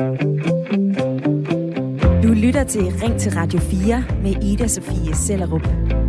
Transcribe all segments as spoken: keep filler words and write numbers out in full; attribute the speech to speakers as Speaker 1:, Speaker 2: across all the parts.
Speaker 1: Du lytter til Ring til Radio fire med Ida Sofie Sellerup.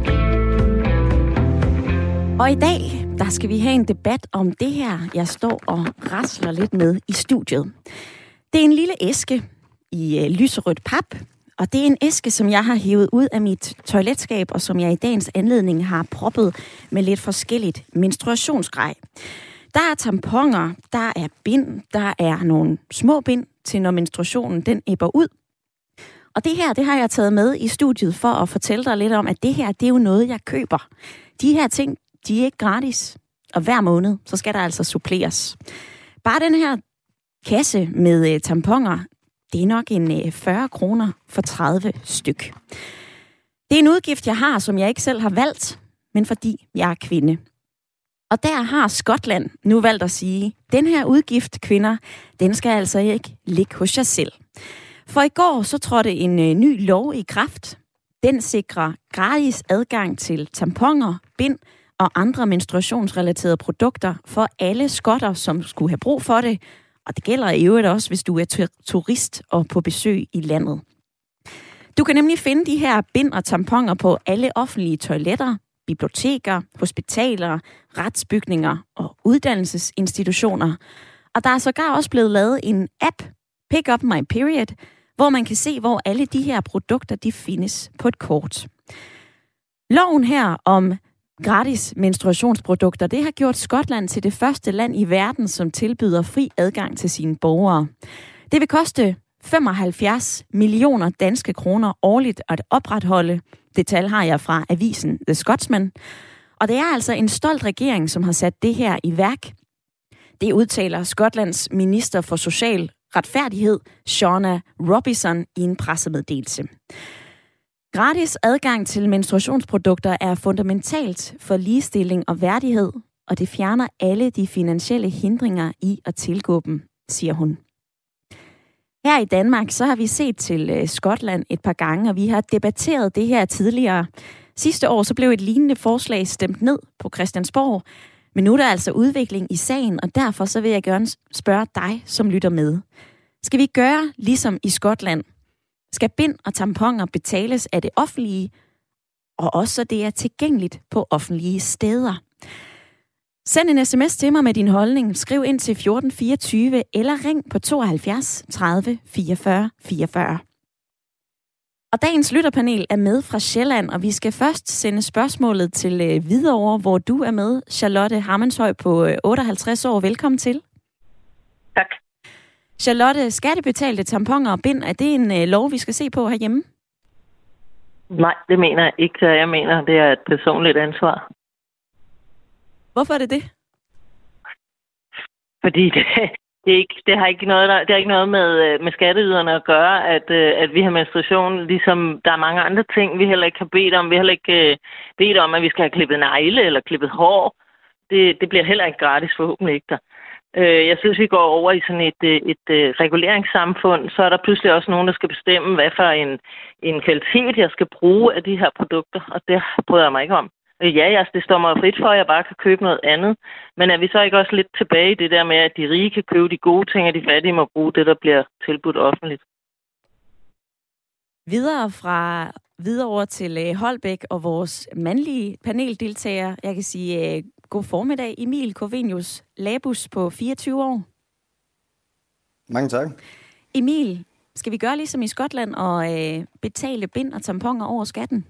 Speaker 1: Og i dag, der skal vi have en debat om det her, jeg står og rasler lidt med i studiet. Det er en lille æske i øh, lyserødt pap, og det er en æske, som jeg har hævet ud af mit toiletskab, og som jeg i dagens anledning har proppet med lidt forskelligt menstruationsgrej. Der er tamponer, der er bind, der er nogle små bind til, når menstruationen den ebber ud. Og det her, det har jeg taget med i studiet for at fortælle dig lidt om, at det her, det er jo noget, jeg køber. De her ting, de er ikke gratis. Og hver måned, så skal der altså suppleres. Bare den her kasse med tamponer, det er nok en fyrre kroner for tredive styk. Det er en udgift, jeg har, som jeg ikke selv har valgt, men fordi jeg er kvinde. Og der har Skotland nu valgt at sige, den her udgift, kvinder, den skal altså ikke ligge hos jer selv. For i går så trådte en øh, ny lov i kraft. Den sikrer gratis adgang til tamponer, bind og andre menstruationsrelaterede produkter for alle skotter, som skulle have brug for det. Og det gælder i øvrigt også, hvis du er tur- turist og på besøg i landet. Du kan nemlig finde de her bind og tamponer på alle offentlige toiletter, biblioteker, hospitaler, retsbygninger og uddannelsesinstitutioner. Og der er sågar også blevet lavet en app, Pick Up My Period, hvor man kan se, hvor alle de her produkter de findes på et kort. Loven her om gratis menstruationsprodukter, det har gjort Skotland til det første land i verden, som tilbyder fri adgang til sine borgere. Det vil koste femoghalvfjerds millioner danske kroner årligt at opretholde. Det tal har jeg fra avisen The Scotsman. Og det er altså en stolt regering, som har sat det her i værk. Det udtaler Skotlands minister for social retfærdighed, Shauna Robinson, i en pressemeddelelse. Gratis adgang til menstruationsprodukter er fundamentalt for ligestilling og værdighed, og det fjerner alle de finansielle hindringer i at tilgå dem, siger hun. Her i Danmark, så har vi set til Skotland et par gange, og vi har debatteret det her tidligere. Sidste år så blev et lignende forslag stemt ned på Christiansborg, men nu er der altså udvikling i sagen, og derfor så vil jeg gerne spørge dig, som lytter med. Skal vi gøre ligesom i Skotland? Skal bind og tamponer betales af det offentlige, og også så det er tilgængeligt på offentlige steder? Send en sms til mig med din holdning. Skriv ind til fjorten fireogtyve eller ring på tooghalvfjerds tredive fireogfyrre fireogfyrre. Og dagens lytterpanel er med fra Sjælland, og vi skal først sende spørgsmålet til øh, Hvidovre, hvor du er med, Charlotte Hammenshøj på øh, otteoghalvtreds år. Velkommen til.
Speaker 2: Tak.
Speaker 1: Charlotte, skattebetalte tamponer og bind, er det en øh, lov, vi skal se på herhjemme?
Speaker 2: Nej, det mener jeg ikke. Jeg mener, det er et personligt ansvar.
Speaker 1: Hvorfor er det det?
Speaker 2: Fordi det, det, er ikke, det har ikke noget, der, det har ikke noget med, med skatteyderne at gøre, at, at vi har menstruation, ligesom der er mange andre ting, vi heller ikke har bedt om. Vi har heller ikke bedt om, at vi skal have klippet negle eller klippet hår. Det, det bliver heller ikke gratis, forhåbentlig ikke der. Jeg synes, vi går over i sådan et, et, et reguleringssamfund, så er der pludselig også nogen, der skal bestemme, hvad for en, en kvalitet, jeg skal bruge af de her produkter, og det bryder jeg mig ikke om. Ja, jeg, det står mig frit for, at jeg bare kan købe noget andet. Men er vi så ikke også lidt tilbage i det der med, at de rige kan købe de gode ting, og de fattige må bruge det, der bliver tilbudt offentligt?
Speaker 1: Videre fra videre til Holbæk og vores mandlige paneldeltager. Jeg kan sige god formiddag, Emil Corvinius Labus på fireogtyve år.
Speaker 3: Mange tak.
Speaker 1: Emil, skal vi gøre ligesom i Skotland og øh, betale bind og tamponer over skatten?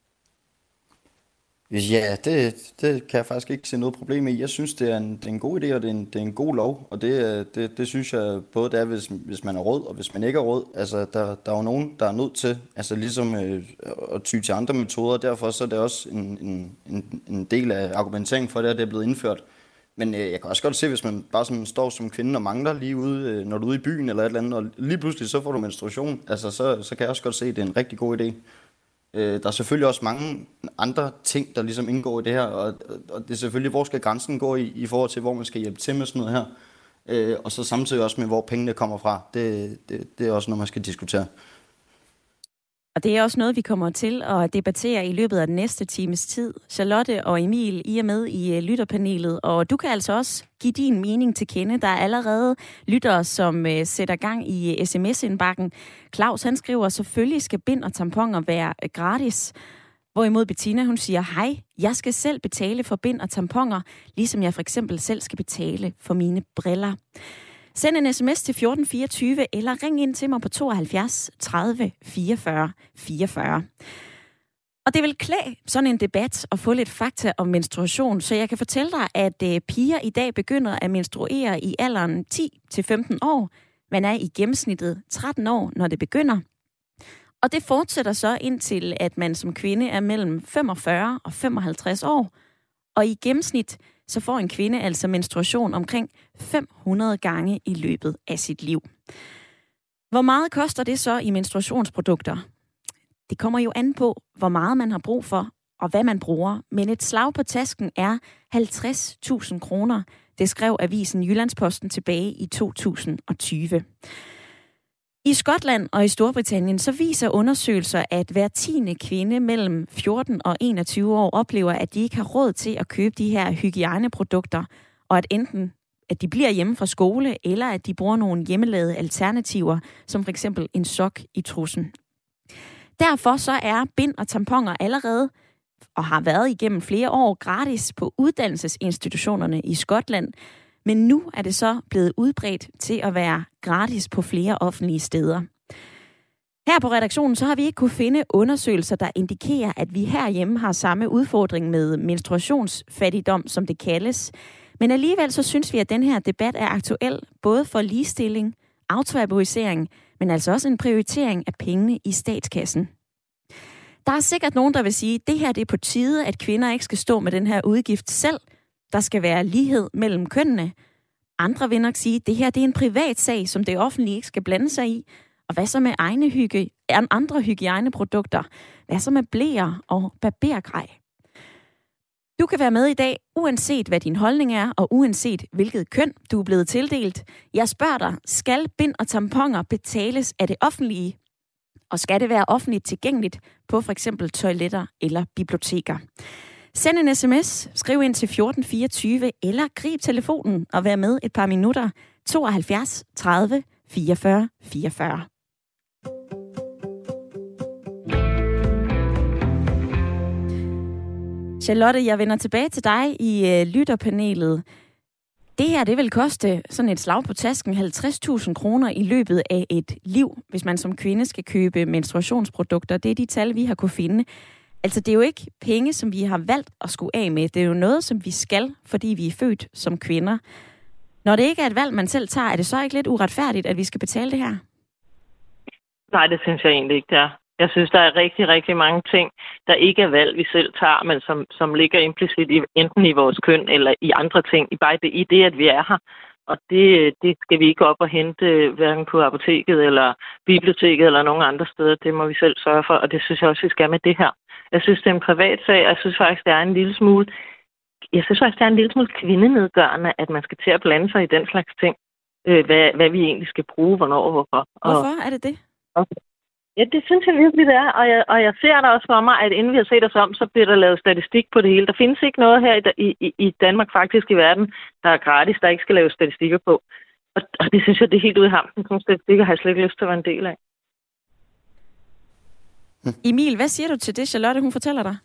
Speaker 3: Ja, det, det kan jeg faktisk ikke se noget problem i. Jeg synes, det er en, det er en god idé, og det er en, det er en god lov. Og det, det, det synes jeg både det er, hvis, hvis man er rød, og hvis man ikke er rød. Altså, der, der er jo nogen, der er nødt til altså, ligesom, øh, at ty til andre metoder. Derfor så er det også en, en, en, en del af argumenteringen for det, at det er blevet indført. Men øh, jeg kan også godt se, hvis man bare sådan står som kvinde og mangler lige ude, øh, når du er ude i byen eller et eller andet, og lige pludselig så får du menstruation. Altså, så, så kan jeg også godt se, at det er en rigtig god idé. Der er selvfølgelig også mange andre ting, der ligesom indgår i det her, og, og det er selvfølgelig, hvor skal grænsen gå i, i forhold til, hvor man skal hjælpe til med sådan noget her. Øh, og så samtidig også med, hvor pengene kommer fra. Det, det, det er også noget, man skal diskutere.
Speaker 1: Og det er også noget, vi kommer til at debattere i løbet af den næste times tid. Charlotte og Emil, I er med i uh, lytterpanelet, og du kan altså også give din mening til kende. Der er allerede lyttere, som uh, sætter gang i uh, sms-indbakken. Claus, han skriver, selvfølgelig skal bind og tamponer være uh, gratis. Hvorimod Bettina, hun siger, hej, jeg skal selv betale for bind og tamponer, ligesom jeg for eksempel selv skal betale for mine briller. Send en sms til fjorten fireogtyve, eller ring ind til mig på tooghalvfjerds tredive fireogfyrre fireogfyrre. Og det vil klæde sådan en debat at få lidt fakta om menstruation, så jeg kan fortælle dig, at øh, piger i dag begynder at menstruere i alderen ti til femten år. Man er i gennemsnittet tretten år, når det begynder. Og det fortsætter så indtil, at man som kvinde er mellem femogfyrre og femoghalvtreds år. Og i gennemsnit så får en kvinde altså menstruation omkring fem hundrede gange i løbet af sit liv. Hvor meget koster det så i menstruationsprodukter? Det kommer jo an på, hvor meget man har brug for, og hvad man bruger. Men et slag på tasken er halvtreds tusind kroner. Det skrev avisen Jyllandsposten tilbage i to tusind og tyve. I Skotland og i Storbritannien så viser undersøgelser, at hver tiende kvinde mellem fjorten og enogtyve år oplever, at de ikke har råd til at købe de her hygiejneprodukter, og at enten at de bliver hjemme fra skole, eller at de bruger nogle hjemmelavede alternativer, som for eksempel en sok i trussen. Derfor så er bind og tamponer allerede, og har været igennem flere år, gratis på uddannelsesinstitutionerne i Skotland. Men nu er det så blevet udbredt til at være gratis på flere offentlige steder. Her på redaktionen så har vi ikke kunne finde undersøgelser, der indikerer, at vi herhjemme har samme udfordring med menstruationsfattigdom, som det kaldes. Men alligevel så synes vi, at den her debat er aktuel, både for ligestilling, aftabuisering, men altså også en prioritering af pengene i statskassen. Der er sikkert nogen, der vil sige, at det her det er på tide, at kvinder ikke skal stå med den her udgift selv. Der skal være lighed mellem kønnene. Andre vil nok sige, at det her det er en privat sag, som det offentlige ikke skal blande sig i. Og hvad så med egne hygge, andre hygiejneprodukter? Hvad så med bleer og barbergrej? Du kan være med i dag, uanset hvad din holdning er, og uanset hvilket køn du er blevet tildelt. Jeg spørger dig, skal bind og tamponer betales af det offentlige? Og skal det være offentligt tilgængeligt på for eksempel toiletter eller biblioteker? Send en sms, skriv ind til fjorten fireogtyve, eller grib telefonen og vær med et par minutter. tooghalvfjerds tredive fireogfyrre fireogfyrre. Charlotte, jeg vender tilbage til dig i uh, lytterpanelet. Det her, det vil koste sådan et slag på tasken halvtreds tusind kroner i løbet af et liv, hvis man som kvinde skal købe menstruationsprodukter. Det er de tal, vi har kunne finde. Altså, det er jo ikke penge, som vi har valgt at skulle af med. Det er jo noget, som vi skal, fordi vi er født som kvinder. Når det ikke er et valg, man selv tager, er det så ikke lidt uretfærdigt, at vi skal betale det her?
Speaker 2: Nej, det synes jeg egentlig ikke, det er. Jeg synes, der er rigtig, rigtig mange ting, der ikke er valg, vi selv tager, men som, som ligger implicit i, enten i vores køn eller i andre ting. I bare det, i det, at vi er her. Og det, det skal vi ikke op og hente, hverken på apoteket eller biblioteket eller nogen andre steder. Det må vi selv sørge for, og det synes jeg også, vi skal med det her. Jeg synes, det er en privat sag, og jeg synes faktisk, det er en lille smule, jeg synes faktisk, det er en lille smule kvindenedgørende, at man skal til at blande sig i den slags ting. Øh, hvad, hvad vi egentlig skal bruge, hvornår og hvorfor.
Speaker 1: Hvorfor er det det?
Speaker 2: Okay. Ja, det synes jeg virkelig, det er. Og jeg, og jeg ser der også for mig, at inden vi har set os om, så bliver der lavet statistik på det hele. Der findes ikke noget her i, i, i Danmark faktisk i verden, der er gratis, der ikke skal lave statistikker på. Og, og det synes jeg, det er helt ude i hampen. Nogle statistikker har jeg slet ikke lyst til at være en del af.
Speaker 1: Emil, hvad siger du til det, Charlotte, hun fortæller dig?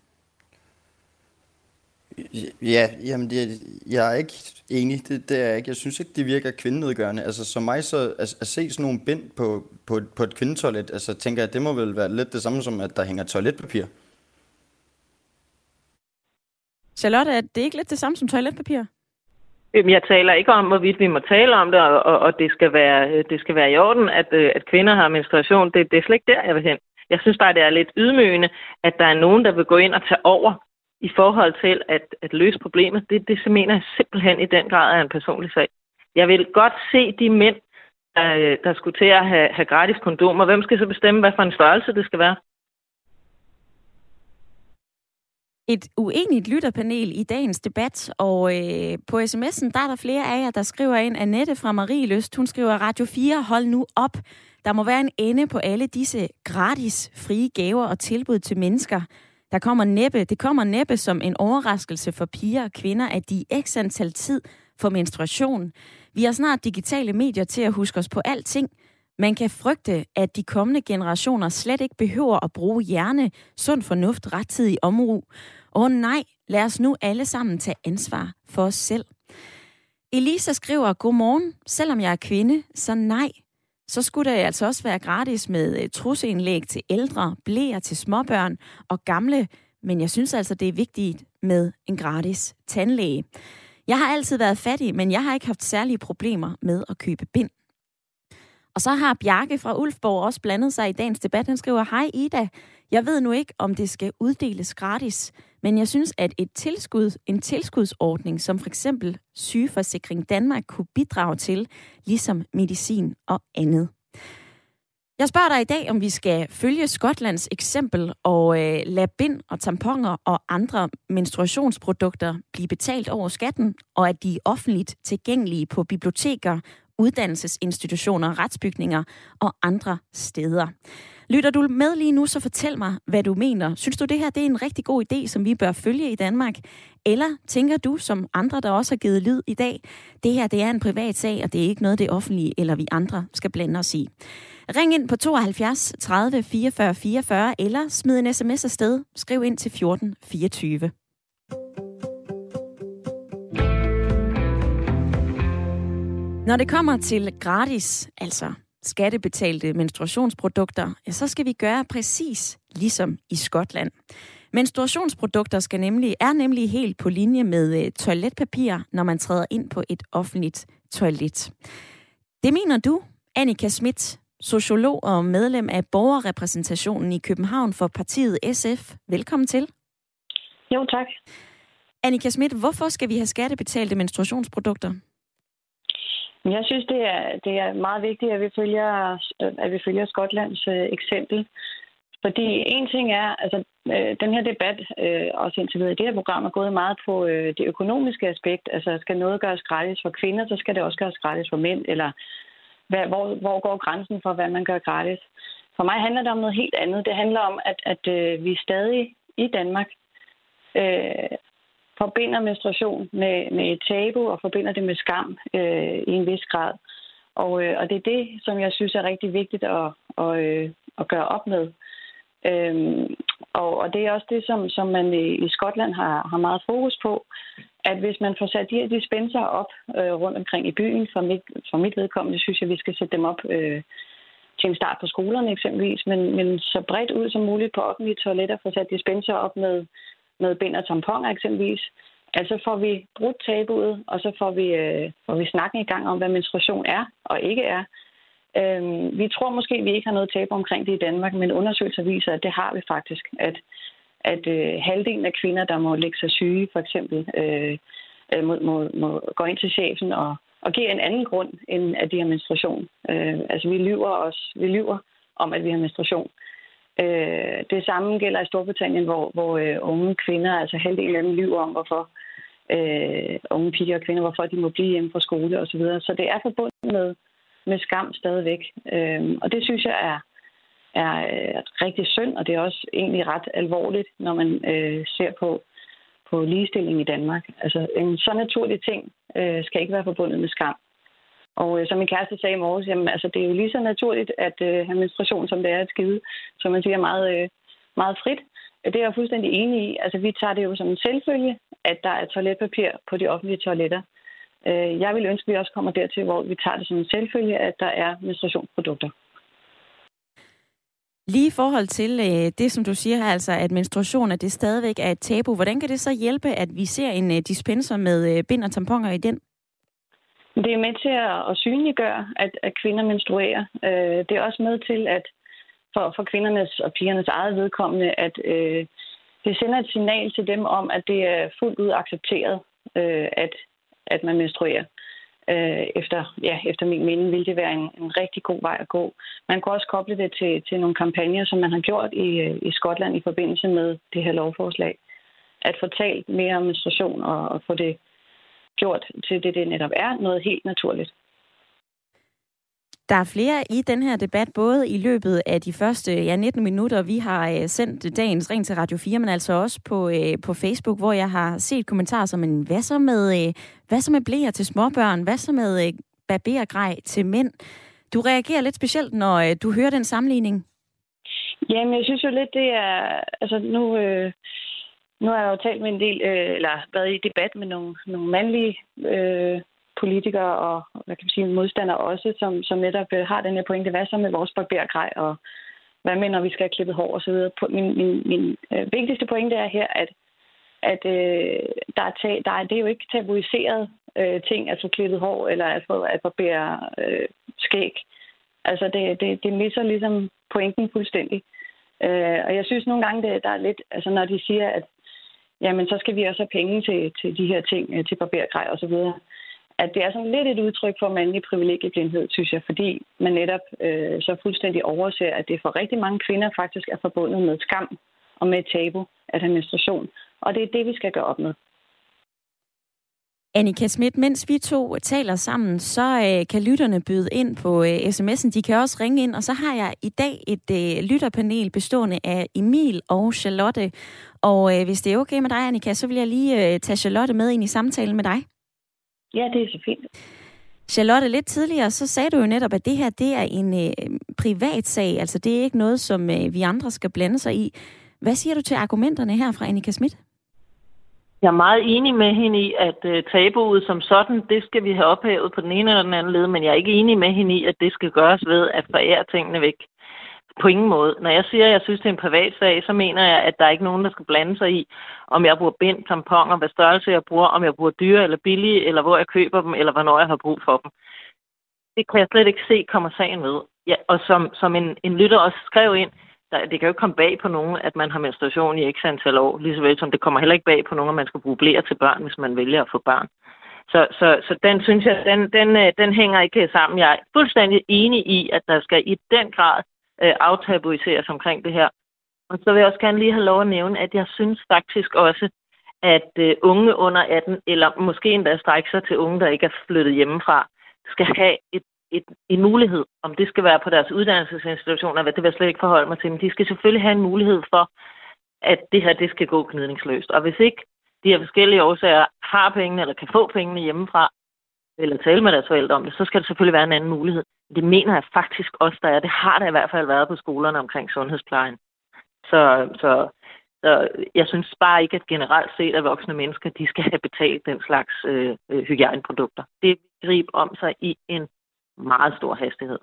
Speaker 3: Ja, jamen det, jeg er ikke enig, det, det er jeg ikke. Jeg synes ikke, det virker kvindenedgørende. Altså som mig, så at, at se sådan nogle bind på, på, på et kvindetoilet, altså tænker jeg, at det må vel være lidt det samme som, at der hænger toiletpapir.
Speaker 1: Charlotte, er det ikke lidt det samme som toiletpapir?
Speaker 2: Jeg taler ikke om, hvorvidt vi må tale om det, og, og, og det, skal være, det skal være i orden, at, at kvinder har menstruation. Det, det er slet ikke der, jeg vil hen. Jeg synes bare, det er lidt ydmygende, at der er nogen, der vil gå ind og tage over i forhold til at, at løse problemet. Det, det så mener jeg simpelthen i den grad er en personlig sag. Jeg vil godt se de mænd, der, der skulle til at have, have gratis kondomer. Hvem skal så bestemme, hvad for en størrelse det skal være?
Speaker 1: Et uenigt lytterpanel i dagens debat, og øh, på sms'en, der er der flere af jer, der skriver ind. Annette fra Marielyst, hun skriver, Radio fire, hold nu op. Der må være en ende på alle disse gratis frie gaver og tilbud til mennesker. Der kommer næppe, det kommer næppe som en overraskelse for piger og kvinder, at de x antal tid for menstruation. Vi har snart digitale medier til at huske os på alting. Man kan frygte, at de kommende generationer slet ikke behøver at bruge hjerne, sund fornuft, rettidig omru. Og nej, lad os nu alle sammen tage ansvar for os selv. Elisa skriver, godmorgen, selvom jeg er kvinde, så nej. Så skulle det altså også være gratis med trusseindlæg til ældre, bleer til småbørn og gamle. Men jeg synes altså, det er vigtigt med en gratis tandlæge. Jeg har altid været fattig, men jeg har ikke haft særlige problemer med at købe bind. Og så har Bjarke fra Ulfborg også blandet sig i dagens debat. Han skriver, hej Ida, jeg ved nu ikke, om det skal uddeles gratis, men jeg synes, at et tilskud, en tilskudsordning, som for eksempel Sygeforsikring Danmark kunne bidrage til, ligesom medicin og andet. Jeg spørger dig i dag, om vi skal følge Skotlands eksempel og øh, lade bind og tamponer og andre menstruationsprodukter blive betalt over skatten, og at de er offentligt tilgængelige på biblioteker, uddannelsesinstitutioner, retsbygninger og andre steder. Lytter du med lige nu, så fortæl mig, hvad du mener. Synes du, det her det er en rigtig god idé, som vi bør følge i Danmark? Eller tænker du, som andre, der også har givet lyd i dag, det her det er en privat sag, og det er ikke noget, det offentlige eller vi andre skal blande os i? Ring ind på tooghalvfjerds tredive fireogfyrre fireogfyrre, eller smid en sms afsted. Skriv ind til fjorten fireogtyve. Når det kommer til gratis, altså skattebetalte menstruationsprodukter, ja, så skal vi gøre præcis ligesom i Skotland. Menstruationsprodukter skal nemlig, er nemlig helt på linje med toiletpapir, når man træder ind på et offentligt toilet. Det mener du, Annika Schmidt, sociolog og medlem af borgerrepræsentationen i København for partiet S F. Velkommen til.
Speaker 4: Jo, tak.
Speaker 1: Annika Schmidt, hvorfor skal vi have skattebetalte menstruationsprodukter?
Speaker 4: Jeg synes, det er, det er meget vigtigt, at vi følger, at vi følger Skotlands øh, eksempel. Fordi en ting er, altså øh, den her debat, øh, også indtil videre i det her program, er gået meget på øh, det økonomiske aspekt. Altså skal noget gøres gratis for kvinder, så skal det også gøres gratis for mænd. Eller hvad, hvor, hvor går grænsen for, hvad man gør gratis? For mig handler det om noget helt andet. Det handler om, at, at øh, vi stadig i Danmark øh, forbinder menstruation med, med et tabu og forbinder det med skam øh, i en vis grad. Og, øh, og det er det, som jeg synes er rigtig vigtigt at, at, øh, at gøre op med. Øhm, og, og det er også det, som, som man i, i Skotland har, har meget fokus på, at hvis man får sat de her dispenser op øh, rundt omkring i byen, for mit, for mit vedkommende, synes jeg, at vi skal sætte dem op øh, til en start på skolerne eksempelvis, men, men så bredt ud som muligt på offentlige toiletter, få sat dispenser op med med bind og tamponer eksempelvis. Altså får vi brudt tabuet, og så får vi, øh, får vi snakken i gang om, hvad menstruation er og ikke er. Øhm, vi tror måske, at vi ikke har noget tabu omkring det i Danmark, men undersøgelser viser, at det har vi faktisk. At, at øh, halvdelen af kvinder, der må lægge sig syge, for eksempel, øh, må, må, må gå ind til chefen og, og give en anden grund, end at de har menstruation. Øh, altså vi lyver, os, vi lyver om, at vi har menstruation. Øh, det samme gælder i Storbritannien, hvor, hvor øh, unge kvinder, altså halvdelen af dem lyver om, hvorfor øh, unge piger og kvinder, hvorfor de må blive hjemme fra skole osv. Så, så det er forbundet med, med skam stadigvæk. Øh, og det synes jeg er, er øh, rigtig synd, og det er også egentlig ret alvorligt, når man øh, ser på, på ligestilling i Danmark. Altså en så naturlig ting øh, skal ikke være forbundet med skam. Og øh, som min kæreste sagde i morges, jamen, altså, det er jo lige så naturligt at øh, have menstruation, som det er at skide, som man siger, meget, øh, meget frit. Det er jeg fuldstændig enig i. Altså, vi tager det jo som en selvfølge, at der er toiletpapir på de offentlige toiletter. Øh, jeg vil ønske, at vi også kommer dertil, hvor vi tager det som en selvfølge, at der er menstruationsprodukter.
Speaker 1: Lige i forhold til øh, det, som du siger her, altså, at menstruation at det stadigvæk er et tabu, hvordan kan det så hjælpe, at vi ser en øh, dispenser med øh, bind og tamponer i den?
Speaker 4: Det er med til at, at synliggøre, at, at kvinder menstruerer. Øh, det er også med til, at for, for kvindernes og pigernes eget vedkommende, at øh, det sender et signal til dem om, at det er fuldt ud accepteret, øh, at, at man menstruerer. Øh, efter, ja, efter min mening vil det være en, en rigtig god vej at gå. Man kan også koble det til, til nogle kampagner, som man har gjort i, i Skotland i forbindelse med det her lovforslag. at få talt mere om menstruation og, og få det gjort til det, det netop er, noget helt naturligt.
Speaker 1: Der er flere i den her debat, både i løbet af de første ja, nitten minutter, vi har øh, sendt dagens Ring til Radio fire, men altså også på, øh, på Facebook, hvor jeg har set kommentarer som, en, hvad så med, øh, hvad så med bleer til småbørn? Hvad så med øh, barbergrej til mænd? Du reagerer lidt specielt, når øh, du hører den sammenligning.
Speaker 4: Jamen, jeg synes jo lidt, det er... Altså, nu, øh, nu har jeg jo talt med en del, øh, eller været i debat med nogle, nogle mandlige øh, politikere og, hvad kan man sige, modstandere også, som, som netop øh, har den her pointe. Hvad så med vores barbergrej, og hvad med, når vi skal have klippet hår og så videre? Min, min, min øh, vigtigste pointe er her, at, at øh, der er ta- der er, det er jo ikke tabuiseret øh, ting, at få klippet hår, eller at få at barbere øh, skæg. Altså, det, det, det misser ligesom pointen fuldstændig. Øh, og jeg synes nogle gange, det, der er lidt, altså når de siger, at jamen, så skal vi også have penge til, til de her ting, til barbergrej og så videre, at det er sådan lidt et udtryk for mandlig privilegieblindhed, synes jeg, fordi man netop øh, så fuldstændig overser, at det for rigtig mange kvinder faktisk er forbundet med skam og med et tabu at have menstruation. Og det er det, vi skal gøre op med.
Speaker 1: Annika Schmidt, mens vi to taler sammen, så øh, kan lytterne byde ind på øh, sms'en. De kan også ringe ind, og så har jeg i dag et øh, lytterpanel bestående af Emil og Charlotte. Og øh, hvis det er okay med dig, Annika, så vil jeg lige øh, tage Charlotte med ind i samtalen med dig.
Speaker 4: Ja, det er så fint.
Speaker 1: Charlotte, lidt tidligere, så sagde du jo netop, at det her, det er en øh, privat sag. Altså, det er ikke noget, som øh, vi andre skal blande sig i. Hvad siger du til argumenterne her fra Annika Schmidt?
Speaker 2: Jeg er meget enig med hende i, at uh, tabuet som sådan, det skal vi have ophævet på den ene eller den anden led, men jeg er ikke enig med hende i, at det skal gøres ved at forære tingene væk. På ingen måde. Når jeg siger, at jeg synes, det er en privat sag, så mener jeg, at der er ikke nogen, der skal blande sig i, om jeg bruger bind, tamponer, hvad størrelse jeg bruger, om jeg bruger dyre eller billige, eller hvor jeg køber dem, eller hvornår jeg har brug for dem. Det kan jeg slet ikke se kommer sagen ved. Ja, og som, som en, en lytter også skrev ind, der, det kan jo ikke komme bag på nogen, at man har menstruation i x antal år, lige så vel som det kommer heller ikke bag på nogen, at man skal bruge bleer til børn, hvis man vælger at få barn. Så, så, så den synes jeg, den, den, den hænger ikke sammen. Jeg er fuldstændig enig i, at der skal i den grad øh, aftabuiseres omkring det her. Og så vil jeg også gerne lige have lov at nævne, at jeg synes faktisk også, at øh, unge under atten, eller måske endda strække sig til unge, der ikke er flyttet hjemmefra, skal have et Et, en mulighed, om det skal være på deres uddannelsesinstitutioner, det vil jeg slet ikke forholde mig til, men de skal selvfølgelig have en mulighed for, at det her, det skal gå gnidningsløst. Og hvis ikke de her forskellige årsager har pengene, eller kan få pengene hjemmefra, eller tale med deres forældre om det, så skal det selvfølgelig være en anden mulighed. Det mener jeg faktisk også, der er. Det har der i hvert fald været på skolerne omkring sundhedsplejen. Så, så, så jeg synes bare ikke, at generelt set, at voksne mennesker, de skal have betalt den slags øh, hygiejneprodukter. Det griber om sig i en meget stor hastighed.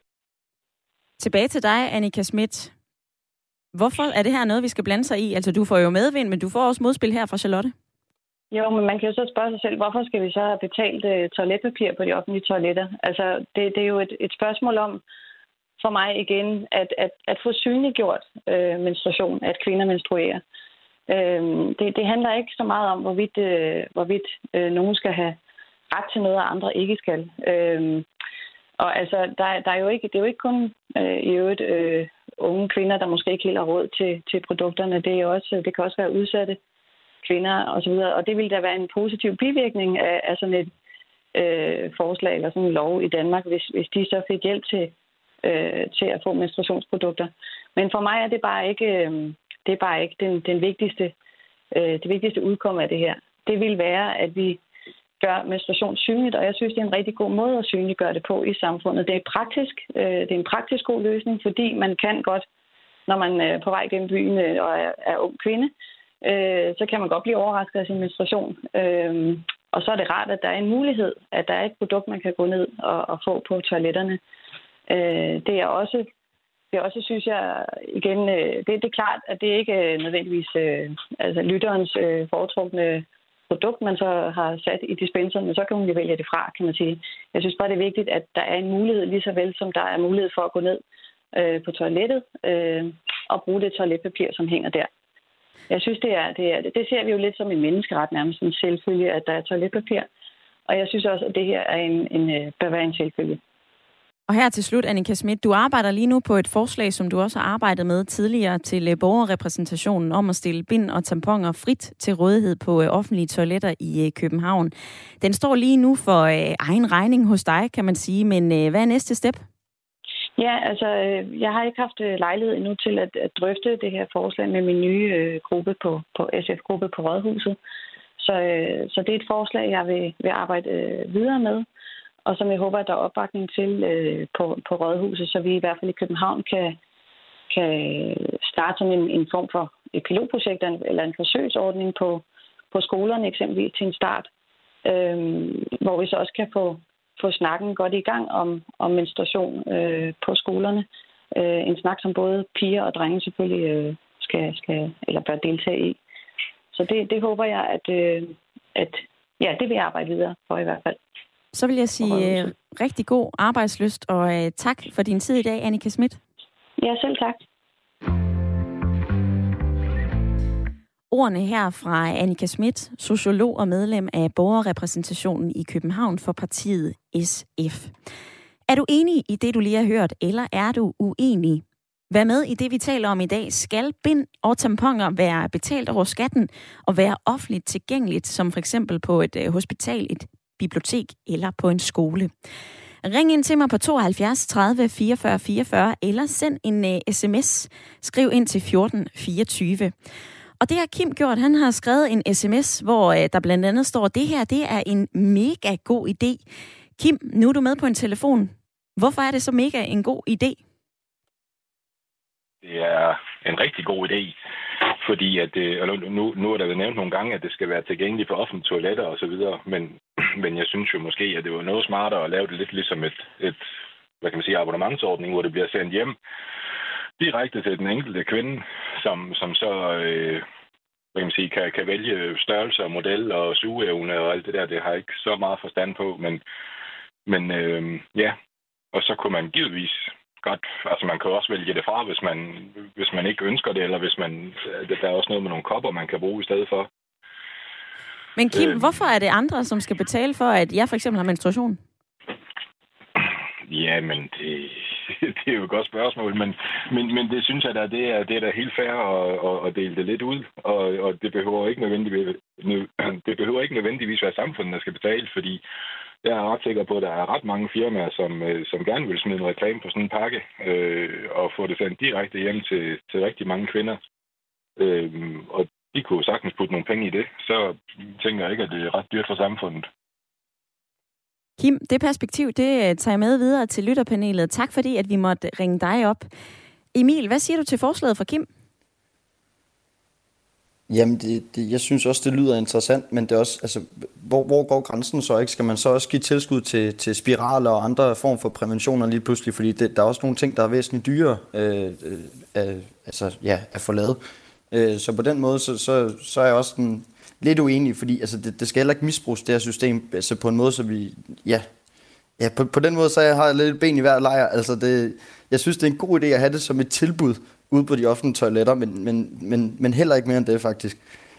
Speaker 1: Tilbage til dig, Annika Schmidt. Hvorfor er det her noget, vi skal blande sig i? Altså, du får jo medvind, men du får også modspil her fra Charlotte.
Speaker 4: Jo, men man kan jo så spørge sig selv, hvorfor skal vi så have betalt uh, toiletpapir på de offentlige toiletter? Altså, det, det er jo et, et spørgsmål om, for mig igen, at, at, at få synliggjort øh, menstruation, at kvinder menstruerer. Øh, det, det handler ikke så meget om, hvorvidt, øh, hvorvidt øh, nogen skal have ret til noget, og andre ikke skal. Øh, Og altså, der, der er jo ikke, det er jo ikke kun øh, i øvrigt øh, unge kvinder, der måske ikke helt har råd til, til produkterne. Det, er jo også, det kan også være udsatte kvinder osv. Og det vil da være en positiv bivirkning af, af sådan et øh, forslag eller sådan en lov i Danmark, hvis, hvis de så fik hjælp til, øh, til at få menstruationsprodukter. Men for mig er det bare ikke, øh, det er bare ikke den, den vigtigste, øh, det vigtigste udkomme af det her. Det vil være, at vi gør menstruation synligt, og jeg synes, det er en rigtig god måde at synliggøre det på i samfundet. Det er praktisk, øh, det er en praktisk god løsning, fordi man kan godt, når man er på vej gennem byen øh, og er, er ung kvinde, øh, så kan man godt blive overrasket af sin menstruation. Øh, og så er det rart, at der er en mulighed, at der er et produkt, man kan gå ned og, og få på toiletterne. Øh, det er også, det er også, synes jeg, igen, øh, det, det er klart, at det ikke er nødvendigvis øh, altså lytterens øh, foretrukne produkt, man så har sat i dispenseren, men så kan hun jo vælge det fra, kan man sige. Jeg synes bare, det er vigtigt, at der er en mulighed, lige så vel som der er mulighed for at gå ned øh, på toilettet øh, og bruge det toiletpapir, som hænger der. Jeg synes, det er, det er, det ser vi jo lidt som en menneskeret, nærmest en selvfølge, at der er toiletpapir. Og jeg synes også, at det her er en, en, bør være en selvfølge.
Speaker 1: Og her til slut, Annika Schmidt, du arbejder lige nu på et forslag, som du også har arbejdet med tidligere til borgerrepræsentationen om at stille bind og tamponer frit til rådighed på offentlige toiletter i København. Den står lige nu for egen regning hos dig, kan man sige, men hvad er næste step?
Speaker 4: Ja, altså, jeg har ikke haft lejlighed endnu til at, at drøfte det her forslag med min nye øh, gruppe på, på S F-gruppe på Rådhuset. Så, øh, så det er et forslag, jeg vil, vil arbejde øh, videre med, og som jeg håber, at der er opbakning til øh, på, på Rådhuset, så vi i hvert fald i København kan, kan starte sådan en, en form for et pilotprojekt eller en forsøgsordning på, på skolerne eksempelvis til en start, øh, hvor vi så også kan få få snakken godt i gang om, om menstruation øh, på skolerne. Øh, en snak, som både piger og drenge selvfølgelig øh, skal, skal eller bør deltage i. Så det, det håber jeg, at, øh, at ja, det vil jeg arbejde videre for i hvert fald.
Speaker 1: Så vil jeg sige øh, rigtig god arbejdslyst, og øh, tak for din tid i dag, Annika Schmidt.
Speaker 4: Ja, selv tak.
Speaker 1: Ordene her fra Annika Schmidt, sociolog og medlem af borgerrepræsentationen i København for partiet S F. Er du enig i det, du lige har hørt, eller er du uenig? Vær med i det, vi taler om i dag. Skal bind og tamponer være betalt over skatten og være offentligt tilgængeligt, som for eksempel på et hospital, et bibliotek eller på en skole? Ring ind til mig på tooghalvfjerds tredive fireogfyrre fireogfyrre eller send en uh, sms. Skriv ind til fjorten fireogtyve. Og det har Kim gjort. Han har skrevet en sms, hvor øh, der blandt andet står, det her det er en mega god idé. Kim, nu er du med på en telefon. Hvorfor er det så mega en god idé?
Speaker 5: Det er en rigtig god idé, fordi at det, nu, nu er der jo nævnt nogle gange, at det skal være tilgængeligt for offentlige toiletter og så videre, men, men jeg synes jo måske, at det var noget smartere at lave det lidt ligesom et, et hvad kan man sige, abonnementsordning, hvor det bliver sendt hjem direkte til den enkelte kvinde, som, som så øh, hvad kan, man sige, kan, kan vælge størrelse og model og sugeevne og alt det der. Det har jeg ikke så meget forstand på, men, men øh, ja, og så kunne man givetvis godt, altså man kan også vælge det fra, hvis man, hvis man ikke ønsker det, eller hvis man, der er også noget med nogle kopper, man kan bruge i stedet for.
Speaker 1: Men Kim, øh, hvorfor er det andre, som skal betale for, at jeg for eksempel har menstruation?
Speaker 5: Ja, men det, det er jo et godt spørgsmål, men, men, men det synes jeg da, det er, det er da helt fair at, at dele det lidt ud, og, og det behøver ikke nødvendigvis, det behøver ikke nødvendigvis være samfundet, der skal betale, fordi jeg er ret sikker på, at der er ret mange firmaer, som, som gerne vil smide en reklame på sådan en pakke, øh, og få det sendt direkte hjem til, til rigtig mange kvinder. Øh, og de kunne sagtens putte nogle penge i det, så tænker jeg ikke, at det er ret dyrt for samfundet.
Speaker 1: Kim, det perspektiv, det tager jeg med videre til lytterpanelet. Tak fordi, at vi måtte ringe dig op. Emil, hvad siger du til forslaget fra Kim?
Speaker 3: Jamen, det, det, jeg synes også, det lyder interessant, men det er også, altså, hvor, hvor går grænsen så, ikke? Skal man så også give tilskud til, til spiraler og andre form for præventioner lige pludselig? Fordi det, der er også nogle ting, der er væsentligt dyre øh, øh, altså, ja, at få lavet. Øh, så på den måde, så, så, så er jeg også den, lidt uenig, fordi altså, det, det skal heller ikke misbruges, det her system, altså på en måde, så vi, ja, ja på, på den måde, så jeg har jeg lidt ben i hver lejr. Altså, det, jeg synes, det er en god idé at have det som et tilbud ude på de offentlige toiletter, men, men, men, men heller ikke mere end det, faktisk.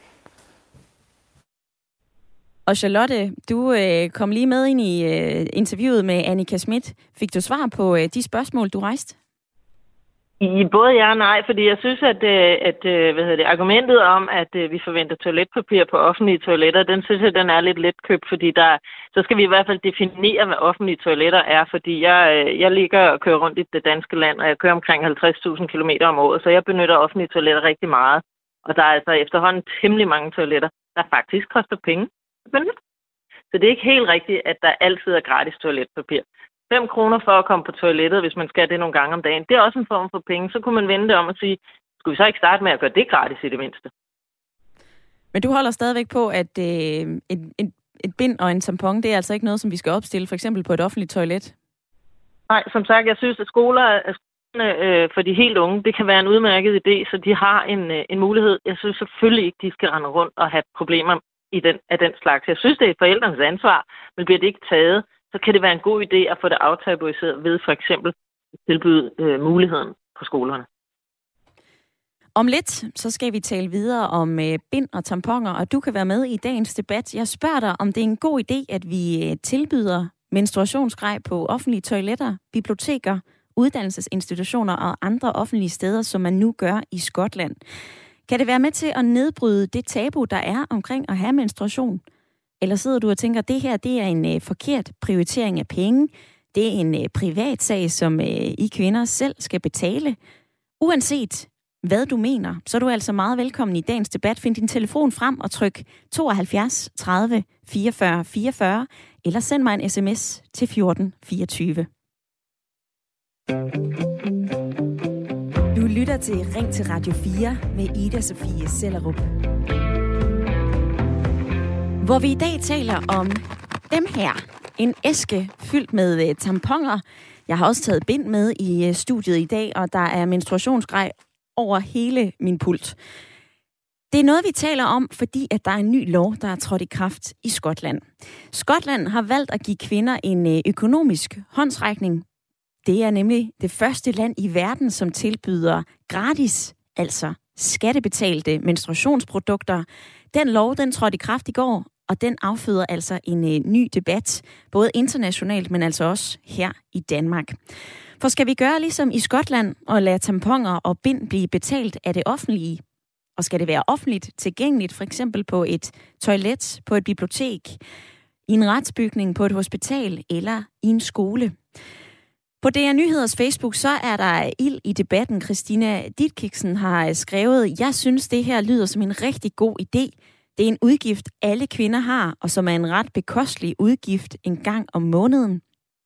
Speaker 1: Og Charlotte, du øh, kom lige med ind i øh, interviewet med Annika Schmidt. Fik du svar på øh, de spørgsmål, du rejste?
Speaker 2: I både ja og nej, fordi jeg synes, at, at hvad hedder det, argumentet om, at vi forventer toiletpapir på offentlige toiletter, den synes jeg, den er lidt letkøbt, fordi der, så skal vi i hvert fald definere, hvad offentlige toiletter er, fordi jeg, jeg ligger og kører rundt i det danske land, og jeg kører omkring halvtreds tusind kilometer om året, så jeg benytter offentlige toiletter rigtig meget. Og der er altså efterhånden temmelig mange toiletter, der faktisk koster penge at benytte. Så det er ikke helt rigtigt, at der altid er gratis toiletpapir. fem kroner for at komme på toilettet, hvis man skal det nogle gange om dagen. Det er også en form for penge. Så kunne man vende det om og sige, skulle vi så ikke starte med at gøre det gratis i det mindste?
Speaker 1: Men du holder stadigvæk på, at øh, et, et, et bind og en tampon, det er altså ikke noget, som vi skal opstille, for eksempel på et offentligt toilet?
Speaker 2: Nej, som sagt, jeg synes, at skoler, skolerne øh, for de helt unge, det kan være en udmærket idé, så de har en, øh, en mulighed. Jeg synes selvfølgelig ikke, de skal rende rundt og have problemer i den, af den slags. Jeg synes, det er forældrenes ansvar, men bliver det ikke taget, så kan det være en god idé at få det aftabuiseret ved for eksempel at tilbyde øh, muligheden på skolerne.
Speaker 1: Om lidt, så skal vi tale videre om øh, bind og tamponer, og du kan være med i dagens debat. Jeg spørger dig, om det er en god idé, at vi øh, tilbyder menstruationsgrej på offentlige toiletter, biblioteker, uddannelsesinstitutioner og andre offentlige steder, som man nu gør i Skotland. Kan det være med til at nedbryde det tabu, der er omkring at have menstruation? Eller sidder du og tænker, at det her det er en øh, forkert prioritering af penge? Det er en øh, privat sag, som øh, I kvinder selv skal betale. Uanset hvad du mener, så er du altså meget velkommen i dagens debat. Find din telefon frem og tryk tooghalvfjerds tredive fireogfyrre fireogfyrre, eller send mig en sms til fjorten fireogtyve. Du lytter til Ring til Radio fire med Ida Sofie Sellerup. Hvor vi i dag taler om dem her. En æske fyldt med uh, tamponer. Jeg har også taget bind med i uh, studiet i dag, og der er menstruationsgrej over hele min pult. Det er noget, vi taler om, fordi at der er en ny lov, der er trådt i kraft i Skotland. Skotland har valgt at give kvinder en uh, økonomisk håndsrækning. Det er nemlig det første land i verden, som tilbyder gratis, altså skattebetalte menstruationsprodukter. Den lov, den trådte i kraft i går, og den afføder altså en øh, ny debat, både internationalt, men altså også her i Danmark. For skal vi gøre ligesom i Skotland og lade tamponer og bind blive betalt af det offentlige? Og skal det være offentligt tilgængeligt, for eksempel på et toilet, på et bibliotek, i en retsbygning, på et hospital eller i en skole? På D R Nyheders Facebook, så er der ild i debatten. Christina Ditkiksen har skrevet, jeg synes, det her lyder som en rigtig god idé. Det er en udgift, alle kvinder har, og som er en ret bekostelig udgift en gang om måneden.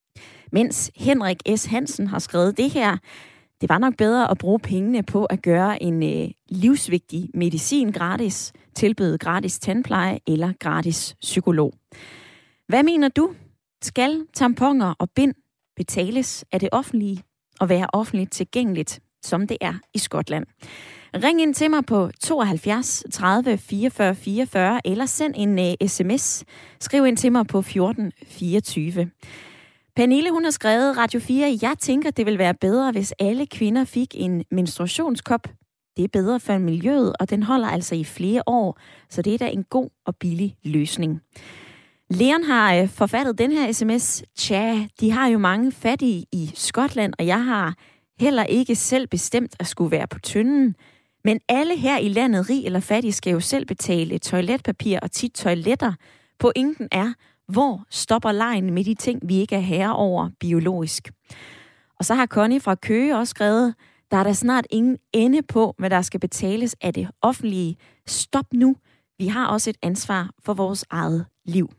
Speaker 1: Mens Henrik S. Hansen har skrevet det her, det var nok bedre at bruge pengene på at gøre en øh, livsvigtig medicin gratis, tilbyde gratis tandpleje eller gratis psykolog. Hvad mener du? Skal tamponer og bind betales af det offentlige og være offentligt tilgængeligt, som det er i Skotland? Ring ind til mig på tooghalvfjerds tredive fireogfyrre fireogfyrre, eller send en uh, sms. Skriv ind til mig på fjorten fireogtyve. Pernille, hun har skrevet Radio fire, jeg tænker, det vil være bedre, hvis alle kvinder fik en menstruationskop. Det er bedre for miljøet, og den holder altså i flere år, så det er da en god og billig løsning. Leon har uh, forfattet den her sms. Tja, de har jo mange fattige i Skotland, og jeg har heller ikke selv bestemt at skulle være på tynden. Men alle her i landet, rig eller fattig, skal jo selv betale toiletpapir og tit toiletter. Pointen er, hvor stopper lejen med de ting, vi ikke er herre over biologisk? Og så har Connie fra Køge også skrevet, der er der snart ingen ende på, hvad der skal betales af det offentlige. Stop nu. Vi har også et ansvar for vores eget liv.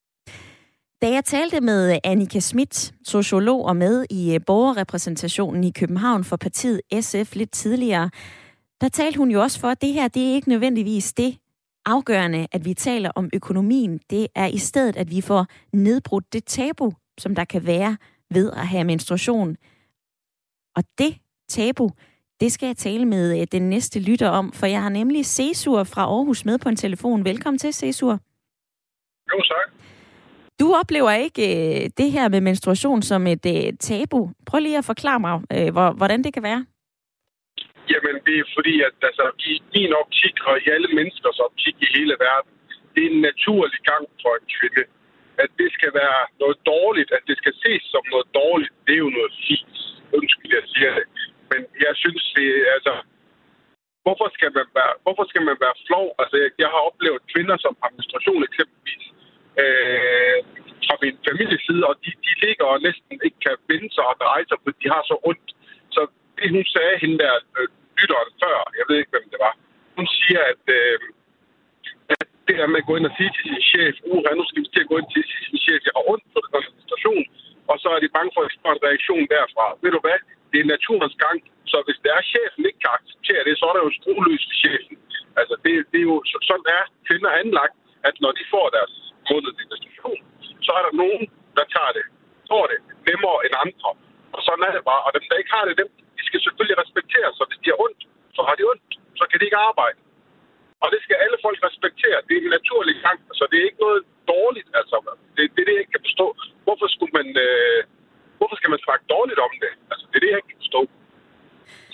Speaker 1: Da jeg talte med Annika Schmidt, sociolog og med i borgerrepræsentationen i København for partiet S F lidt tidligere, der talte hun jo også for, at det her, det er ikke nødvendigvis det afgørende, at vi taler om økonomien. Det er i stedet, at vi får nedbrudt det tabu, som der kan være ved at have menstruation. Og det tabu, det skal jeg tale med den næste lytter om, for jeg har nemlig Cesur fra Aarhus med på en telefon. Velkommen til, Cesur.
Speaker 6: Jo, tak.
Speaker 1: Du oplever ikke øh, det her med menstruation som et øh, tabu. Prøv lige at forklare mig, øh, hvor, hvordan det kan være.
Speaker 6: Jamen, det er fordi, at altså, i min optik og i alle menneskers optik i hele verden, det er en naturlig gang for en kvinde. At det skal være noget dårligt, at det skal ses som noget dårligt, det er jo noget fint. Undskyld, jeg siger det. Men jeg synes, det altså... Hvorfor skal man være, hvorfor skal man være flov? Altså, jeg, jeg har oplevet kvinder, som har menstruation eksempelvis, Øh, fra min families side, og de, de ligger og næsten ikke kan vende sig og dreje sig, fordi de har så ondt. Så det, hun sagde, hende der øh, lytteren før, jeg ved ikke, hvem det var, hun siger, at, øh, at det der med at gå ind og sige til sin chef, uha, nu skal vi til at gå ind til sin chef, jeg har ondt på den konsultation, og så er de bange for at få en reaktion derfra. Ved du hvad? Det er naturens gang, så hvis det er, chefen ikke kan acceptere det, så er der jo skrueløs til chefen. Altså, det, det er jo, sådan er kvinder anlagt, at når de får deres menstruation, så er der nogen, der tager det, får det nemmere end andre. Og sådan er det bare. Og dem, der ikke har det, dem, de skal selvfølgelig respektere. Så hvis de har ondt, så har de ondt. Så kan de ikke arbejde. Og det skal alle folk respektere. Det er en naturlig gang. Så det er ikke noget dårligt. Altså, det er det, det, jeg ikke kan forstå. Hvorfor skulle man, øh, hvorfor skal man snakke dårligt om det? Altså, det er det, jeg ikke kan forstå.